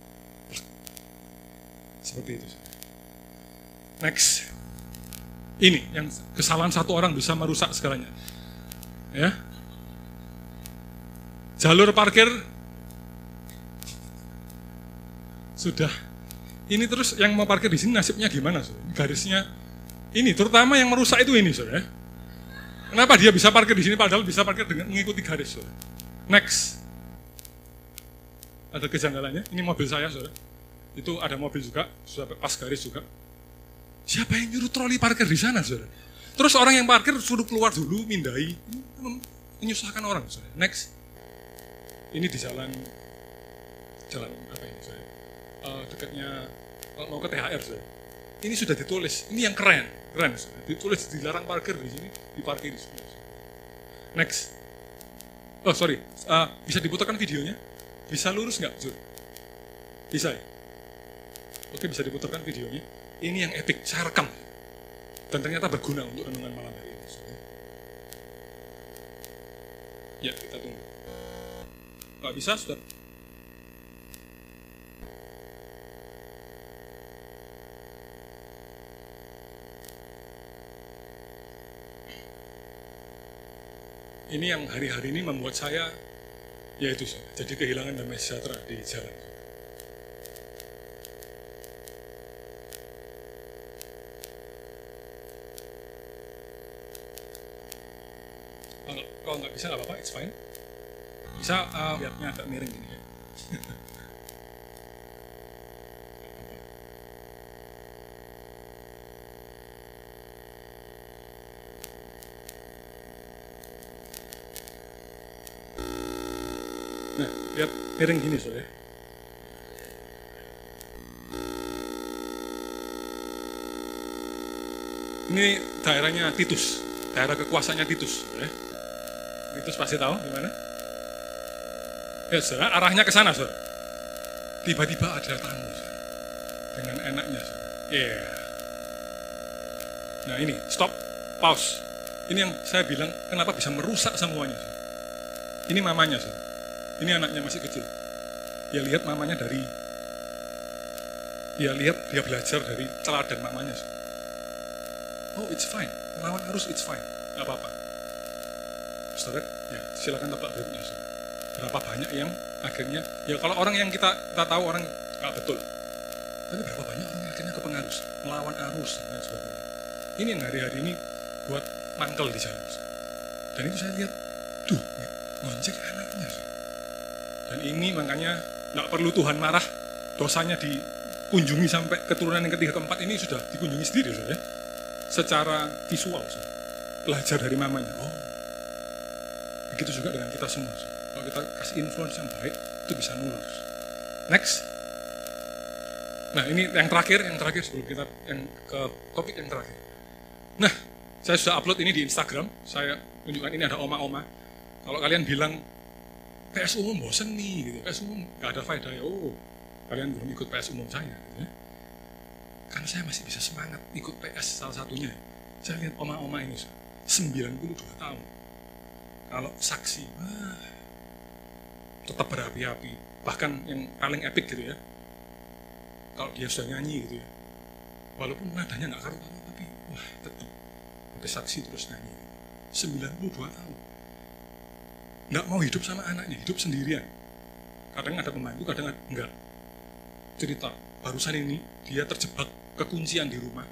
Seperti itu. Next. Ini yang kesalahan satu orang bisa merusak segalanya. Ya. Jalur parkir sudah. Ini terus yang mau parkir di sini nasibnya gimana, saudara? Garisnya ini terutama yang merusak itu ini, saudara. Kenapa dia bisa parkir di sini padahal bisa parkir dengan mengikuti garis, saudara? Next. Ada kejanggalannya. Ini mobil saya, saudara. Itu ada mobil juga, sudah pas garis juga. Siapa yang nyuruh troli parkir di sana, saudara? Terus orang yang parkir suruh keluar dulu, mindai. Menyusahkan orang, saudara. Next. Ini di jalan, jalan apa ini, saudara? Uh, dekatnya, mau ke T H R, saudara. Ini sudah ditulis. Ini yang keren, keren, saudara. Ditulis dilarang parkir di sini, diparkir di sini. Next. Oh sorry, uh, bisa diputarkan videonya? Bisa lurus nggak, Jur? Bisa ya? Oke, bisa diputarkan videonya. Ini yang epic, saya rekam. Dan ternyata berguna untuk renungan malam hari ini. Ya, kita tunggu. Nggak bisa, sudah. Ini yang hari-hari ini membuat saya, yaitu jadi kehilangan damai sejahtera di jalan. Kalau, kalau nggak bisa nggak apa-apa, it's fine. Bisa uh, lihatnya agak miring gini ya. lihat piring gini saudara. Ini daerahnya Titus, daerah kekuasaannya Titus. Ya. Titus pasti tahu di mana? Ya, saudara, arahnya ke sana, saudara. Tiba-tiba ada tamu, saudara. Dengan enaknya, saudara. Iya. Yeah. Nah ini, stop, pause. Ini yang saya bilang, kenapa bisa merusak semuanya, saudara. Ini mamanya, saudara. Ini anaknya masih kecil. Dia lihat mamanya dari, dia lihat, dia belajar dari teladan mamanya, saudara. Oh, it's fine. Melawan arus, it's fine. Gak apa-apa. Saudara, ya silakan tebak berikutnya, saudara. Berapa banyak yang akhirnya, ya kalau orang yang kita kita tahu orang nggak betul, tapi berapa banyak orang yang akhirnya kepengaruh, melawan arus dan sebagainya. Ini yang hari-hari ini buat mangkel di jalan. Dan itu saya lihat, duh, ngoncek anaknya. Dan ini makanya nggak perlu Tuhan marah, dosanya dikunjungi sampai keturunan yang ketiga keempat ini sudah dikunjungi sendiri, saudara. Secara visual, saudara. Belajar dari mamanya. Oh, begitu juga dengan kita semua, saudara. Kalau kita kasih influence yang baik, itu bisa nular. Next. Nah ini yang terakhir, yang terakhir sebelum kita yang ke topik yang terakhir. Nah, saya sudah upload ini di Instagram. Saya tunjukkan ini ada oma-oma. Kalau kalian bilang P S umum bosen nih, gitu. P S umum gak ada faedah ya. Oh, kalian belum ikut P S umum saya. Gitu ya. Karena saya masih bisa semangat ikut P S salah satunya. Saya lihat oma-oma ini sembilan puluh dua tahun. Kalau saksi, wah, tetap berapi-api, bahkan yang paling epic gitu ya, kalau dia sudah nyanyi gitu ya, walaupun nadanya nggak karu-karu, tapi wah tetap sampai saksi terus nyanyi. sembilan puluh dua tahun, nggak mau hidup sama anaknya, hidup sendirian. Kadang ada pembantu, kadang enggak. Cerita barusan ini dia terjebak kekuncian di rumah.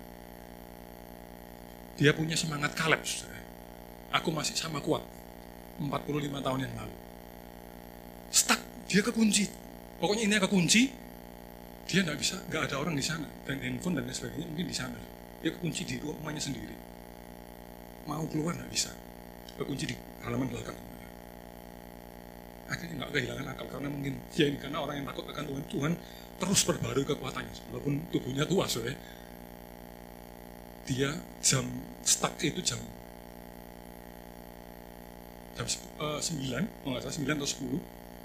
Dia punya semangat Kaleb, saudara. Aku masih sama kuat empat puluh lima tahun yang lalu. Stuck, dia kekunci. Pokoknya ini kekunci, dia nggak bisa, nggak ada orang di sana, dan handphone dan lain sebagainya mungkin di sana. Dia kekunci di rumahnya sendiri. Mau keluar nggak bisa, kekunci di halaman belakang. Akhirnya nggak kehilangan akal karena mungkin ya ini karena orang yang takut akan Tuhan, Tuhan terus perbarui kekuatannya, walaupun tubuhnya tua, saudara. Dia jam stuck itu jam jam uh, sembilan, oh nggak salah sembilan atau sepuluh.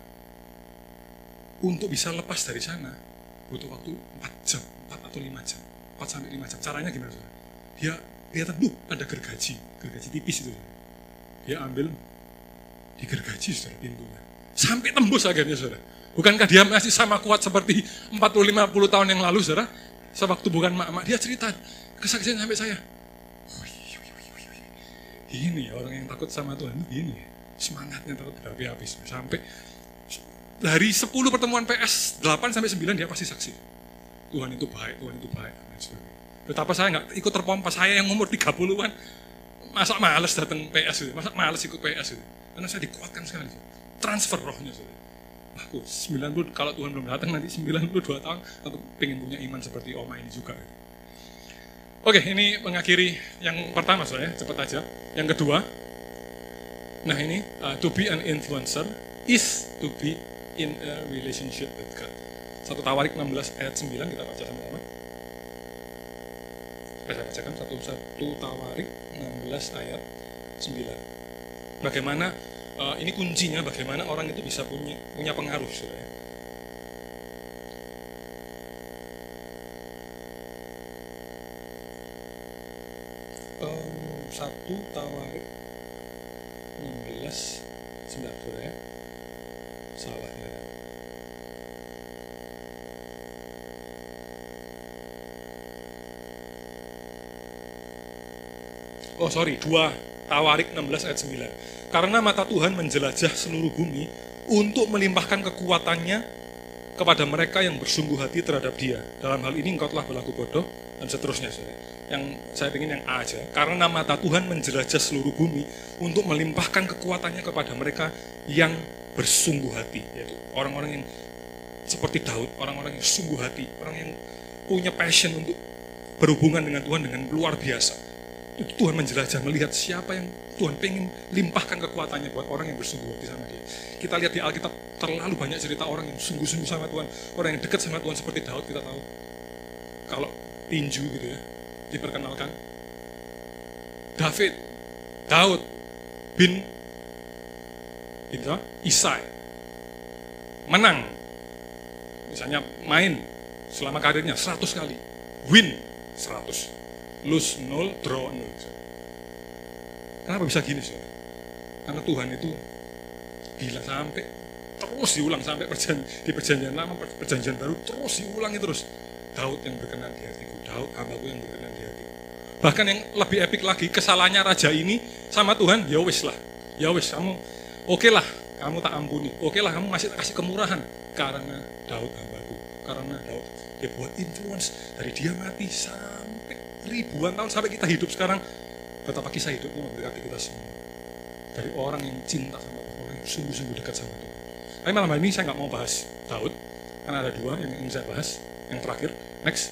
Untuk bisa lepas dari sana butuh waktu empat jam, empat atau lima jam, empat sampai lima jam. Caranya gimana, saudara? Dia lihat tuh ada gergaji, gergaji tipis itu. Dia ambil di gergaji, saudara, pintunya. Sampai tembus akhirnya, saudara. Bukankah dia masih sama kuat seperti empat puluh lima puluh tahun yang lalu, saudara? Sewaktu bukan mak-mak, dia cerita kesaksian sampai saya. Ini orang yang takut sama Tuhan itu gini, semangatnya takut berapi-api sampai dari sepuluh pertemuan P S delapan sampai sembilan dia pasti saksi. Tuhan itu baik, Tuhan itu baik. Betapa saya nggak ikut terpompa, saya yang umur tiga puluhan, masa males datang P S itu, masa males ikut P S itu. Karena saya dikuatkan sekali, transfer rohnya. Aku sembilan puluh, kalau Tuhan belum datang nanti sembilan puluh dua tahun, aku pengen punya iman seperti Oma ini juga. Oke, ini mengakhiri yang pertama, saya cepat aja. Yang kedua, nah ini uh, to be an influencer is to be in a relationship with God. Satu Tawarik enam belas ayat sembilan kita baca sama-sama. Saya bacakan satu satu Tawarik enam belas ayat sembilan. Bagaimana uh, ini kuncinya, bagaimana orang itu bisa punya punya pengaruh, saudara. Um, satu Tawarik enam belas sembilan, saudara. Salah ya. Oh sorry, dua Tawarik enam belas ayat sembilan. Karena mata Tuhan menjelajah seluruh bumi untuk melimpahkan kekuatannya kepada mereka yang bersungguh hati terhadap Dia. Dalam hal ini engkau telah berlaku bodoh, dan seterusnya. Saudara. Yang saya ingin yang A aja. Karena mata Tuhan menjelajah seluruh bumi untuk melimpahkan kekuatannya kepada mereka yang bersungguh hati, yaitu orang-orang yang seperti Daud, orang-orang yang sungguh hati, orang yang punya passion untuk berhubungan dengan Tuhan dengan luar biasa. Itu Tuhan menjelajah, melihat siapa yang Tuhan pengen limpahkan kekuatannya buat orang yang bersungguh hati sama dia. Kita lihat di Alkitab terlalu banyak cerita orang yang sungguh-sungguh sama Tuhan, orang yang dekat sama Tuhan seperti Daud. Kita tahu kalau tinju gitu ya diperkenalkan, David, Daud bin bin Isai menang, misalnya main selama karirnya seratus kali, win seratus, lose nol, draw nol. Kenapa bisa gini sih? Karena Tuhan itu gila, sampai terus diulang sampai perjanjian, di perjanjian lama, perjanjian baru terus diulangi terus. Daud yang berkenan di hatiku, Daud hambaku yang berkenan di hatiku. Bahkan yang lebih epik lagi, kesalahannya raja ini sama Tuhan, ya wis lah, ya wis kamu, oke okay lah, kamu tak ampuni, oke okay lah kamu masih kasih kemurahan karena Daud hambaku, karena Daud dia buat influence dari dia mati sampai ribuan tahun sampai kita hidup sekarang. Betapa kisah hidupnya memberkati kita semua. Dari orang yang cinta sama Tuhan, orang yang sungguh-sungguh dekat sama Tuhan. Tapi malam hari ini saya nggak mau bahas Daud, karena ada dua yang ingin saya bahas. Yang terakhir, next.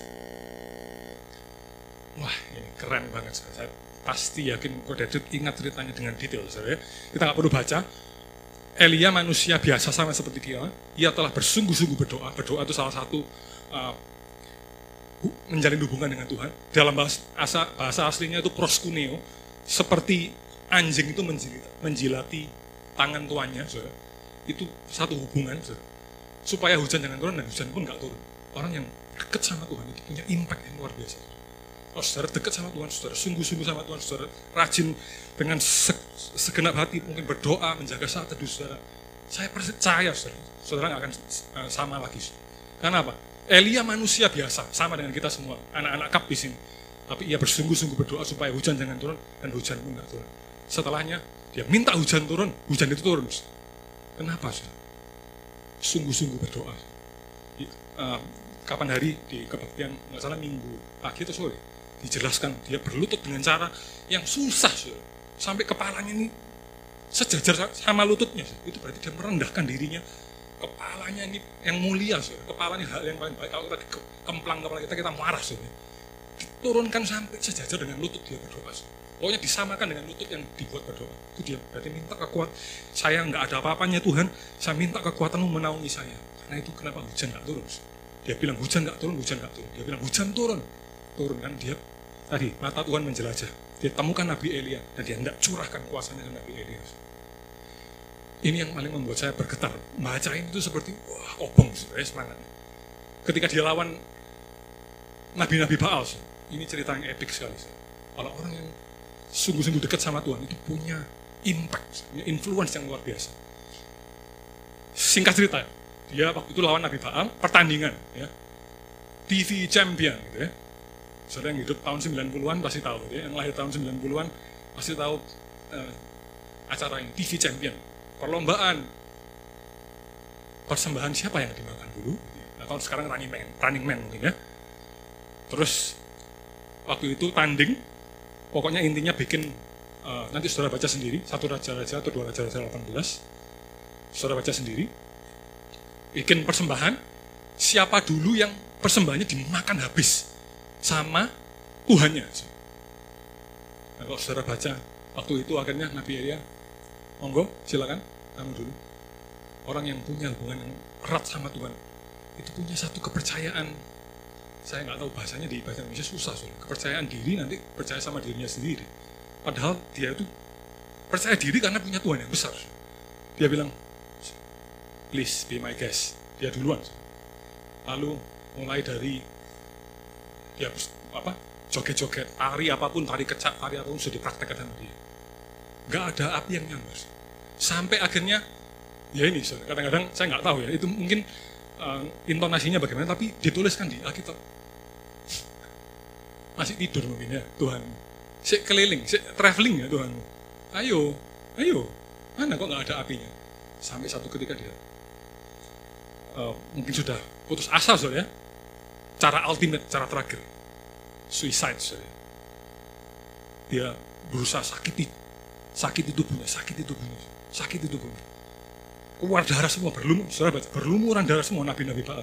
Wah, ini keren banget. Saya pasti yakin kok David ingat ceritanya dengan detail. Saudara. Kita nggak perlu baca. Elia manusia biasa sama seperti dia. Ia telah bersungguh-sungguh berdoa. Berdoa itu salah satu uh, menjalin hubungan dengan Tuhan. Dalam bahasa, bahasa aslinya itu proskuneo, seperti anjing itu menjilati, menjilati tangan tuannya, saudara. Itu satu hubungan, saudara. Supaya hujan jangan turun, dan hujan pun nggak turun. Orang yang dekat sama Tuhan itu punya impact yang luar biasa. Kalau saudara dekat sama Tuhan, saudara sungguh-sungguh sama Tuhan, saudara rajin dengan segenap hati mungkin berdoa, menjaga saat teduh saudara. Saya percaya saudara, saudara nggak akan sama lagi. Karena apa? Elia manusia biasa, sama dengan kita semua, anak-anak kap di sini. Tapi ia bersungguh-sungguh berdoa supaya hujan jangan turun, dan hujan pun nggak turun. Setelahnya, dia minta hujan turun, hujan itu turun. Kenapa? Sungguh-sungguh berdoa. Di, uh, kapan hari di kebaktian, nggak salah minggu pagi atau sore, dijelaskan dia berlutut dengan cara yang susah, sampai kepalanya ini sejajar sama lututnya. Itu berarti dia merendahkan dirinya. Kepalanya ini yang mulia, saudara. Kepalanya hal yang paling baik. Kalau kita kemplang kepala kita, kita marah, saudara. Diturunkan sampai sejajar dengan lutut dia berdoa, saudara. Pokoknya disamakan dengan lutut yang dibuat berdoa. Itu dia berarti minta kekuatan. Saya nggak ada apa-apanya Tuhan, saya minta kekuatanmu menaungi saya. Karena itu kenapa hujan nggak turun. Dia bilang hujan nggak turun, hujan nggak turun. Dia bilang hujan turun, turun kan dia. Tadi mata Tuhan menjelajah. Dia temukan Nabi Elia dan dia hendak curahkan kuasanya ke Nabi Elia. Ini yang paling membuat saya bergetar. Bacain itu seperti, wah, obong, sebenarnya semangat. Ketika dia lawan Nabi-Nabi Baal, ini cerita yang epik sekali. Kalau orang yang sungguh-sungguh dekat sama Tuhan, itu punya impact, punya influence yang luar biasa. Singkat cerita, dia waktu itu lawan Nabi Baal, pertandingan, ya. T V champion, gitu ya. Saudara yang hidup tahun sembilan puluhan pasti tahu, gitu ya. Yang lahir tahun sembilan puluhan pasti tahu uh, acara ini, T V champion. Perlombaan persembahan siapa yang dimakan dulu. Nah, kalau sekarang running man, running man mungkin ya. Terus waktu itu tanding, pokoknya intinya bikin uh, nanti saudara baca sendiri, satu raja-raja atau dua raja-raja delapan belas, saudara baca sendiri, bikin persembahan, siapa dulu yang persembahannya dimakan habis sama Tuhannya. Nah, kalau saudara baca, waktu itu akhirnya Nabi Elia, monggo, silakan, kamu dulu. Orang yang punya hubungan yang erat sama Tuhan, itu punya satu kepercayaan. Saya nggak tahu bahasanya di bahasa Indonesia susah, soalnya. Kepercayaan diri nanti percaya sama dirinya sendiri. Padahal dia itu percaya diri karena punya Tuhan yang besar. Dia bilang, please be my guest. Dia duluan. Lalu mulai dari dia apa joget-joget, tari apapun, tari kecak, tari apapun sudah dipraktekkan sama dia. Nggak ada api yang nyambar. Sampai akhirnya, ya ini, kadang-kadang saya nggak tahu ya, itu mungkin uh, intonasinya bagaimana, tapi dituliskan di Alkitab. Masih tidur mungkin ya, Tuhan. Si keliling, si traveling ya Tuhan. Ayo, ayo, mana kok nggak ada apinya? Sampai satu ketika dia, uh, mungkin sudah putus asa, saudara ya. Cara ultimate, cara terakhir, suicide, saudara. Dia berusaha sakiti. Sakit itu tubuhnya, sakit itu tubuhnya, sakit itu tubuhnya. Keluar darah semua, berlumur, saudara baca, berlumuran darah semua Nabi-Nabi Baal.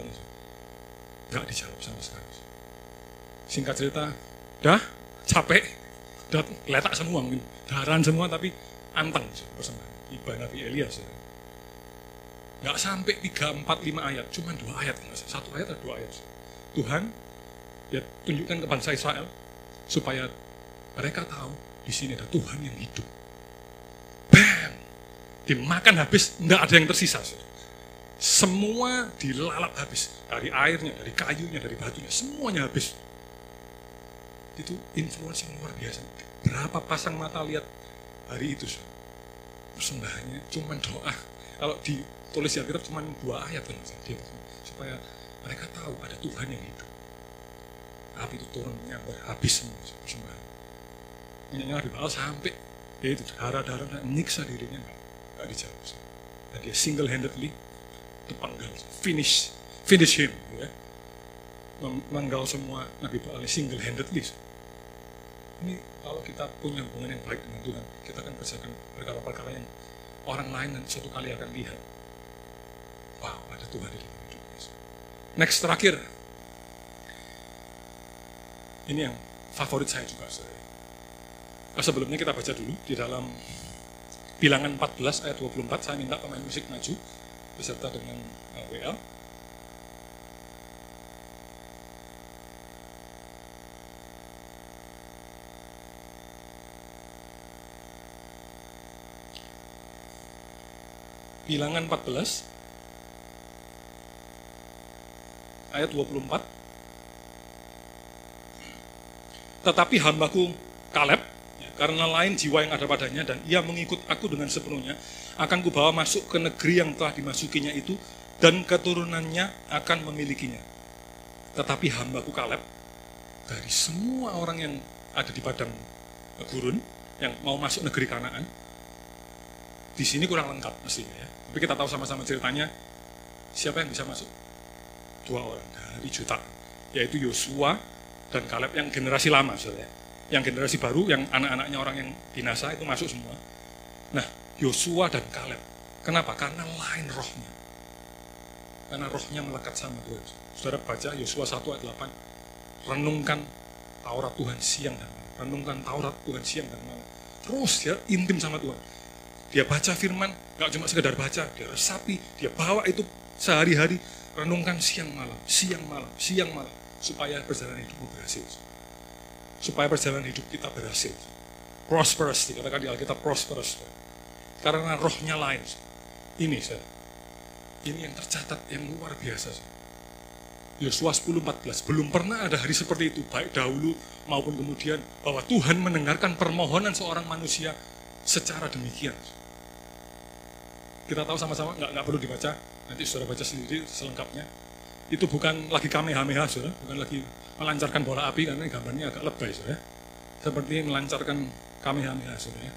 Nggak dijawab sama sekali. Singkat cerita, dah, capek, Dat, letak semua mungkin, daran semua tapi anteng persembahan. Ibadah Nabi Elia, saudara. Nggak sampai tiga, empat, lima ayat, cuma dua ayat. Satu ayat atau dua ayat. Tuhan, ya tunjukkan ke bangsa Israel, supaya mereka tahu di sini ada Tuhan yang hidup. Bam! Dimakan habis, nggak ada yang tersisa. Saudara. Semua dilalap habis. Dari airnya, dari kayunya, dari batunya, semuanya habis. Itu influence yang luar biasa. Berapa pasang mata lihat hari itu. Saudara. Persembahannya cuma doa. Kalau ditulis di Alkitab cuma dua ayat kan, supaya mereka tahu ada Tuhan yang hidup. Api itu turunnya berhabis semua persembahan. Minyaknya Nabi Baal sampai ya itu darah-darah menyiksa dirinya nggak nggak dijawab. Dan dia single handedly terpanggal, finish finish him, ya. Menggal semua Nabi Baal single handedly. Ini kalau kita punya hubungan yang baik dengan Tuhan, kita akan kerjakan perkara-perkara yang orang lain dan suatu kali akan lihat. Wow, ada Tuhan di dalam hidup. Next, terakhir. Ini yang favorit saya juga, saudara. Sebelumnya kita baca dulu di dalam Bilangan empat belas ayat dua puluh empat. Saya minta pemain musik maju beserta dengan uh, W L. Bilangan empat belas ayat dua puluh empat. Tetapi hambaku Kaleb, ya, karena lain jiwa yang ada padanya dan ia mengikut aku dengan sepenuhnya, akan kubawa masuk ke negeri yang telah dimasukinya itu dan keturunannya akan memilikinya. Tetapi hambaku Kaleb, dari semua orang yang ada di padang gurun yang mau masuk negeri Kanaan, di sini kurang lengkap mestinya ya. Tapi kita tahu sama-sama ceritanya, siapa yang bisa masuk? Dua orang dari juta, yaitu Yosua dan Kaleb yang generasi lama, saudara. Yang generasi baru, yang anak-anaknya orang yang binasa itu masuk semua. Nah, Yosua dan Kaleb, kenapa? Karena lain rohnya. Karena rohnya melekat sama Tuhan. Saudara baca Yosua satu ayat delapan, renungkan Taurat Tuhan siang dan malam. Renungkan Taurat Tuhan siang dan malam. Terus dia intim sama Tuhan. Dia baca firman, gak cuma sekedar baca, dia resapi, dia bawa itu sehari-hari, renungkan siang malam, siang malam, siang malam, supaya perjalanan hidupmu berhasil. Supaya perjalanan hidup kita berhasil. Prosperous, dikatakan di Alkitab prosperous. Karena rohnya lain. Ini, saya. Ini yang tercatat, yang luar biasa. Yosua sepuluh empat belas, belum pernah ada hari seperti itu, baik dahulu maupun kemudian, bahwa Tuhan mendengarkan permohonan seorang manusia secara demikian. Kita tahu sama-sama, nggak, nggak perlu dibaca, nanti saudara baca sendiri selengkapnya. Itu bukan lagi kamehameha, saudara, bukan lagi melancarkan bola api, karena gambarnya agak lebay, saudara. Seperti melancarkan kamehameha, saudara.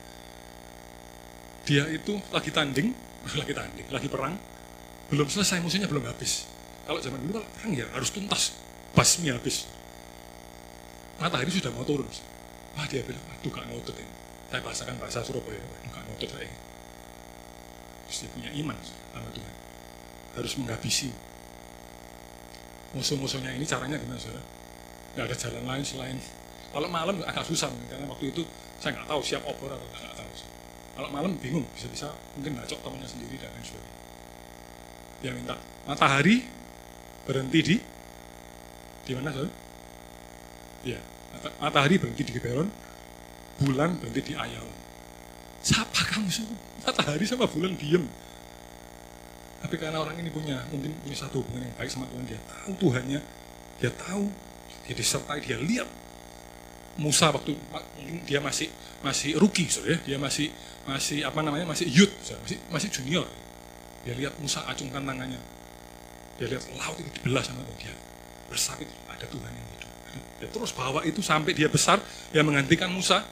Dia itu lagi tanding, lagi tanding, lagi perang, belum selesai, musuhnya belum habis. Kalau zaman dulu kalau perang ya harus tuntas, basmi habis. Matahari sudah mau turun. Wah, dia bilang, aduh gak ngotot ini. Saya bahasakan bahasa Surabaya, aduh gak ngotot saya. Terus dia punya iman sama Tuhan. Harus menghabisi musuh-musuhnya ini. Caranya gimana, saudara? Gak ada jalan lain selain, kalau malam agak susah, karena waktu itu saya nggak tahu siap obor atau nggak tahu. Kalau malam bingung, bisa-bisa mungkin ngacok temannya sendiri dan lain sebagainya. Dia minta matahari berhenti di di mana, saudara? Ya, matahari berhenti di Gibeon, bulan berhenti di Ayal. Siapa kamu semua? Matahari sama bulan diem. Tapi karena orang ini punya, mungkin punya satu hubungan yang baik sama Tuhan, dia tahu Tuhannya, dia tahu, dia disertai, dia lihat Musa waktu mungkin dia masih masih rookie, saudara, dia masih masih apa namanya masih youth, masih masih junior. Dia lihat Musa acungkan tangannya, dia lihat laut itu dibelah sama Tuhan, dia bersabit ada Tuhan yang hidup. Dia terus bawa itu sampai dia besar, dia menggantikan Musa.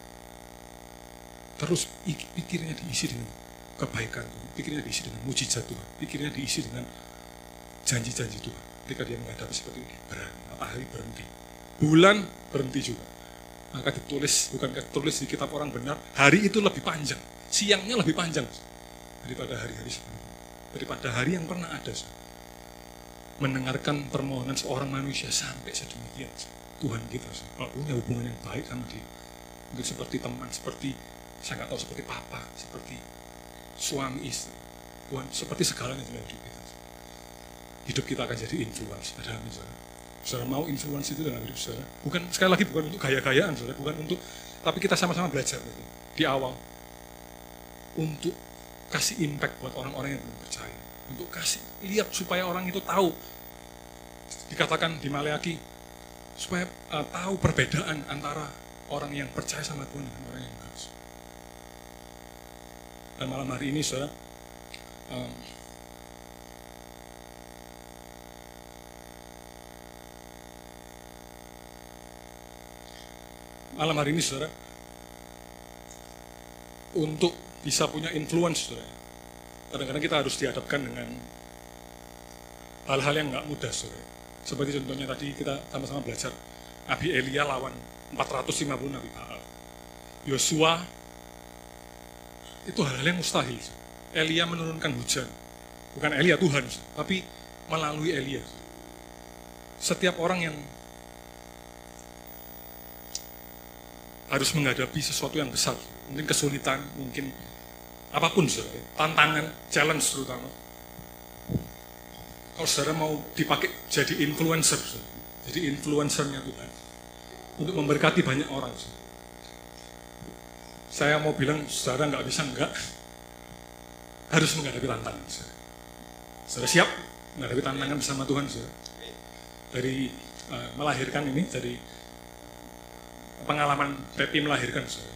Terus pikirnya diisi dengan kebaikan Tuhan, pikirnya diisi dengan mujizat Tuhan, pikirnya diisi dengan janji-janji Tuhan. Ketika dia menghadapi seperti ini, berani, matahari berhenti, bulan berhenti juga. Maka ditulis, bukan ditulis di kitab orang benar, hari itu lebih panjang, siangnya lebih panjang daripada hari-hari sebelumnya, daripada hari yang pernah ada. Mendengarkan permohonan seorang manusia sampai sedemikian. Tuhan kita, kalau punya hubungan yang baik sama dia, mungkin seperti teman, seperti saya nggak tahu, seperti papa, seperti suami istri. Tuhan seperti segalanya dalam hidup kita. Hidup kita akan jadi influence pada dalam saudara. Saudara mau influence itu dalam hidup saudara. Bukan, sekali lagi bukan untuk gaya-gayaan saudara, bukan untuk, tapi kita sama-sama belajar gitu, di awal untuk kasih impact buat orang-orang yang belum percaya, untuk kasih lihat supaya orang itu tahu. Dikatakan di Maleakhi supaya uh, tahu perbedaan antara orang yang percaya sama Tuhan dan orang yang enggak. Dan malam hari ini saudara, um, malam hari ini saudara, untuk bisa punya influence saudara, kadang-kadang kita harus dihadapkan dengan hal-hal yang nggak mudah saudara. Seperti contohnya tadi kita sama-sama belajar Nabi Elia lawan empat ratus lima puluh Nabi Baal. Yosua, itu hal-hal yang mustahil. Elia menurunkan hujan, bukan Elia Tuhan, tapi melalui Elia. Setiap orang yang harus menghadapi sesuatu yang besar, mungkin kesulitan, mungkin apapun, saudara, tantangan, challenge terutama. Kalau saudara mau dipakai jadi influencer, saudara, jadi influencernya Tuhan, untuk memberkati banyak orang. Saudara. Saya mau bilang, saudara nggak bisa enggak, harus menghadapi tantangan. Saudara, saudara siap menghadapi tantangan bersama Tuhan, saudara. Dari uh, melahirkan ini, dari pengalaman Pepi melahirkan, saudara.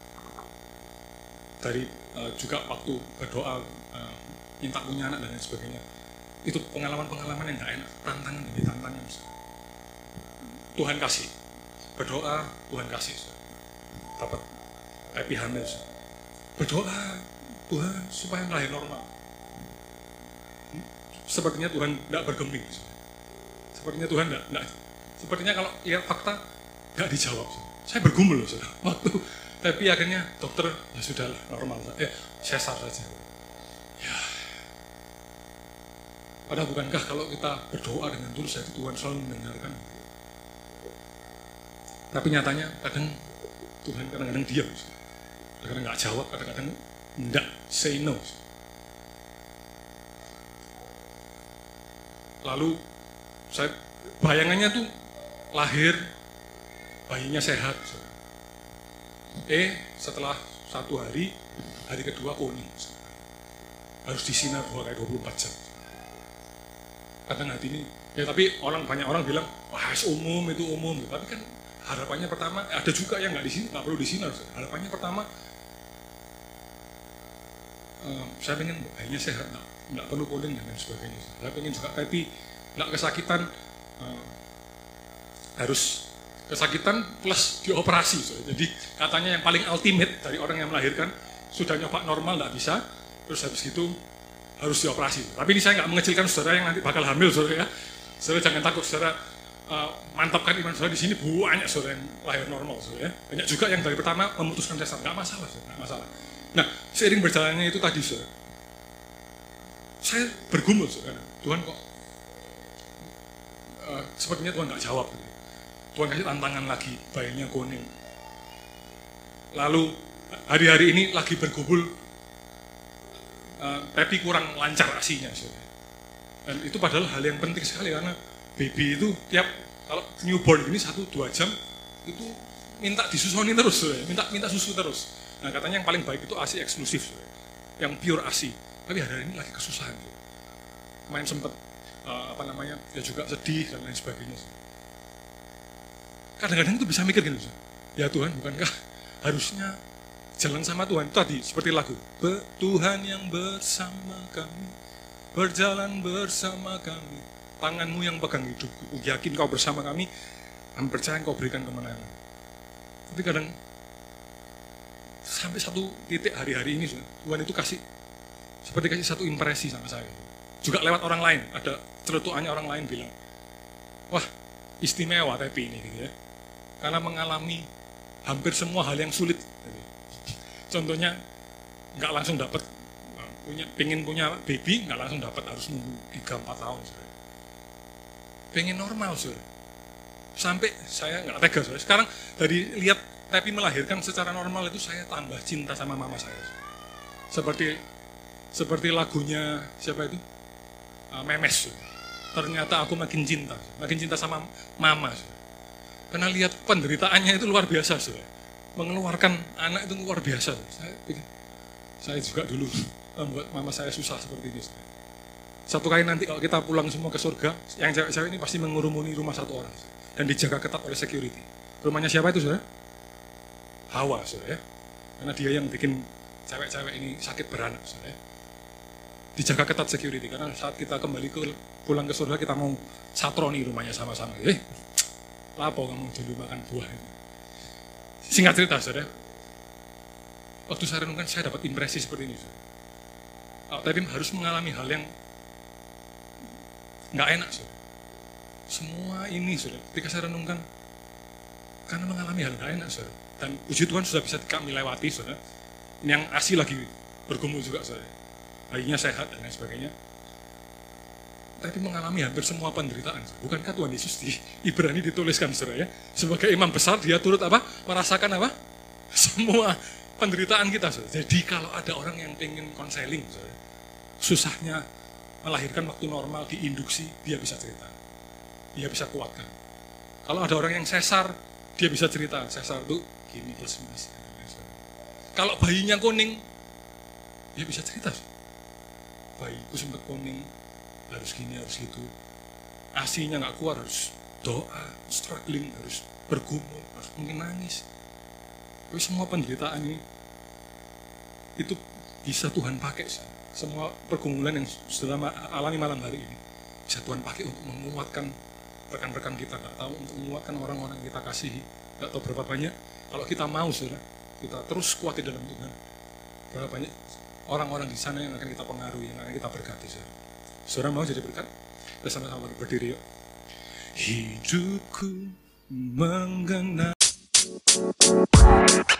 Dari uh, juga waktu berdoa uh, minta punya anak dan lain sebagainya, itu pengalaman-pengalaman yang nggak enak, tantangan demi tantangan. Saudara. Tuhan kasih, berdoa Tuhan kasih, saudara. Dapat Pepi hamil, saudara. Berdoa Tuhan supaya melahir normal. Sepertinya Tuhan tidak bergeming, saudara. Sepertinya Tuhan tidak, tidak. Sepertinya kalau lihat fakta nggak dijawab. Saudara. Saya bergumul, saudara. Waktu tapi akhirnya dokter, ya sudahlah, normal, eh sesar saja. Ya. Padahal bukankah kalau kita berdoa dengan tulus hati Tuhan selalu mendengarkan? Tapi nyatanya kadang Tuhan kadang-kadang diam, kadang-kadang nggak jawab, kadang-kadang enggak, say no. Lalu saya bayangannya tuh lahir, bayinya sehat. Eh, setelah satu hari, hari kedua kuning. Harus disinar dua kali dua puluh empat jam. Kadang hati ini, ya tapi orang banyak orang bilang, wah umum itu umum. Tapi kan harapannya pertama, ada juga yang nggak di sini, nggak perlu disinar. Harapannya pertama, uh, saya pengen bayinya sehat, nggak, nggak perlu kuning dan lain sebagainya. Saya pengen juga tapi nggak kesakitan, uh, harus kesakitan plus dioperasi. So. Jadi katanya yang paling ultimate dari orang yang melahirkan, sudah nyoba normal nggak bisa, terus habis itu harus dioperasi. Tapi ini saya nggak mengecilkan saudara yang nanti bakal hamil, saudara ya. Saudara jangan takut, saudara uh, mantapkan iman saudara di sini, banyak saudara yang lahir normal, saudara ya. Banyak juga yang dari pertama memutuskan sesar, nggak masalah, saudara, nggak masalah. Nah, seiring berjalannya itu tadi, saudara, saya bergumul, saudara, Tuhan kok uh, sepertinya Tuhan nggak jawab. Gitu. Tuhan kasih tantangan lagi, bayinya kuning. Lalu hari-hari ini lagi bergumul, uh, tapi kurang lancar asinya. Saudara. Dan itu padahal hal yang penting sekali karena baby itu tiap kalau newborn ini satu dua jam itu minta disusoni terus, saudara. minta minta susu terus. Nah katanya yang paling baik itu asi eksklusif, saudara. Yang pure asi. Tapi hari-hari ini lagi kesusahan. Saudara. Main sempat uh, apa namanya ya juga sedih dan lain sebagainya. Saudara. Kadang-kadang itu bisa mikir gini, ya Tuhan, bukankah harusnya jalan sama Tuhan? Tadi seperti lagu, Tuhan yang bersama kami, berjalan bersama kami, tanganmu yang pegang hidupku, yakin kau bersama kami, kami percaya kau berikan kemenangan. Tapi kadang, sampai satu titik hari-hari ini, Tuhan itu kasih, seperti kasih satu impresi sama saya. Juga lewat orang lain, ada celutukannya orang lain bilang, wah istimewa tapi ini gitu ya. Karena mengalami hampir semua hal yang sulit. Contohnya nggak langsung dapat punya, pengen punya baby nggak langsung dapat, harus nunggu tiga empat tahun. Saudara. Pengen normal, saudara. Sampai saya nggak tega, saudara. Sekarang dari lihat tapi melahirkan secara normal itu saya tambah cinta sama mama saya. Seperti seperti lagunya siapa itu? Uh, Memes. Ternyata aku makin cinta, makin cinta sama mama. Karena lihat penderitaannya itu luar biasa, saudara. Mengeluarkan anak itu luar biasa. Saya, saya juga dulu membuat mama saya susah seperti ini. Saudara. Satu kali nanti kalau kita pulang semua ke surga, yang cewek-cewek ini pasti mengurumuni rumah satu orang dan dijaga ketat oleh security. Rumahnya siapa itu, saudara? Hawa, saudara. Ya? Karena dia yang bikin cewek-cewek ini sakit beranak, saudara. Dijaga ketat security karena saat kita kembali ke pulang ke surga kita mau satroni rumahnya sama-sama. Eh, lapo kamu dulu makan buah itu. Singkat cerita, saudara. Waktu saya renungkan saya dapat impresi seperti ini. Saudara. Oh, tadi harus mengalami hal yang nggak enak, saudara. Semua ini, saudara, ketika saya renungkan, karena mengalami hal nggak enak, saudara. Dan puji Tuhan sudah bisa kami lewati, saudara. Yang ASI lagi bergumul juga, saudara. Bayinya sehat dan lain sebagainya. Tapi mengalami hampir semua penderitaan. Bukankah Tuhan Yesus di Ibrani dituliskan, saudara ya? Sebagai imam besar, dia turut apa? Merasakan apa? Semua penderitaan kita, saudara. Jadi kalau ada orang yang pengen konseling, saudara, susahnya melahirkan waktu normal di induksi, dia bisa cerita. Dia bisa kuatkan. Kalau ada orang yang sesar, dia bisa cerita. Sesar itu gini, plus minus. Kalau bayinya kuning, dia bisa cerita. Bayiku sempat kuning, harus gini, harus gitu. Asinya nggak kuat, harus doa, struggling, harus bergumul, harus mungkin nangis. Tapi semua penderitaan ini, itu bisa Tuhan pakai. Semua pergumulan yang sudah alami malam hari ini, bisa Tuhan pakai untuk menguatkan rekan-rekan kita, nggak tahu, untuk menguatkan orang-orang yang kita kasihi. Nggak tahu berapa banyak, kalau kita mau, saudara, kita terus kuat di dalam Tuhan. Berapa banyak orang-orang di sana yang akan kita pengaruhi, yang akan kita berkati, saudara. Saudara mau jadi berkat? Kita sama-sama berdiri yuk. Hidupku menggenang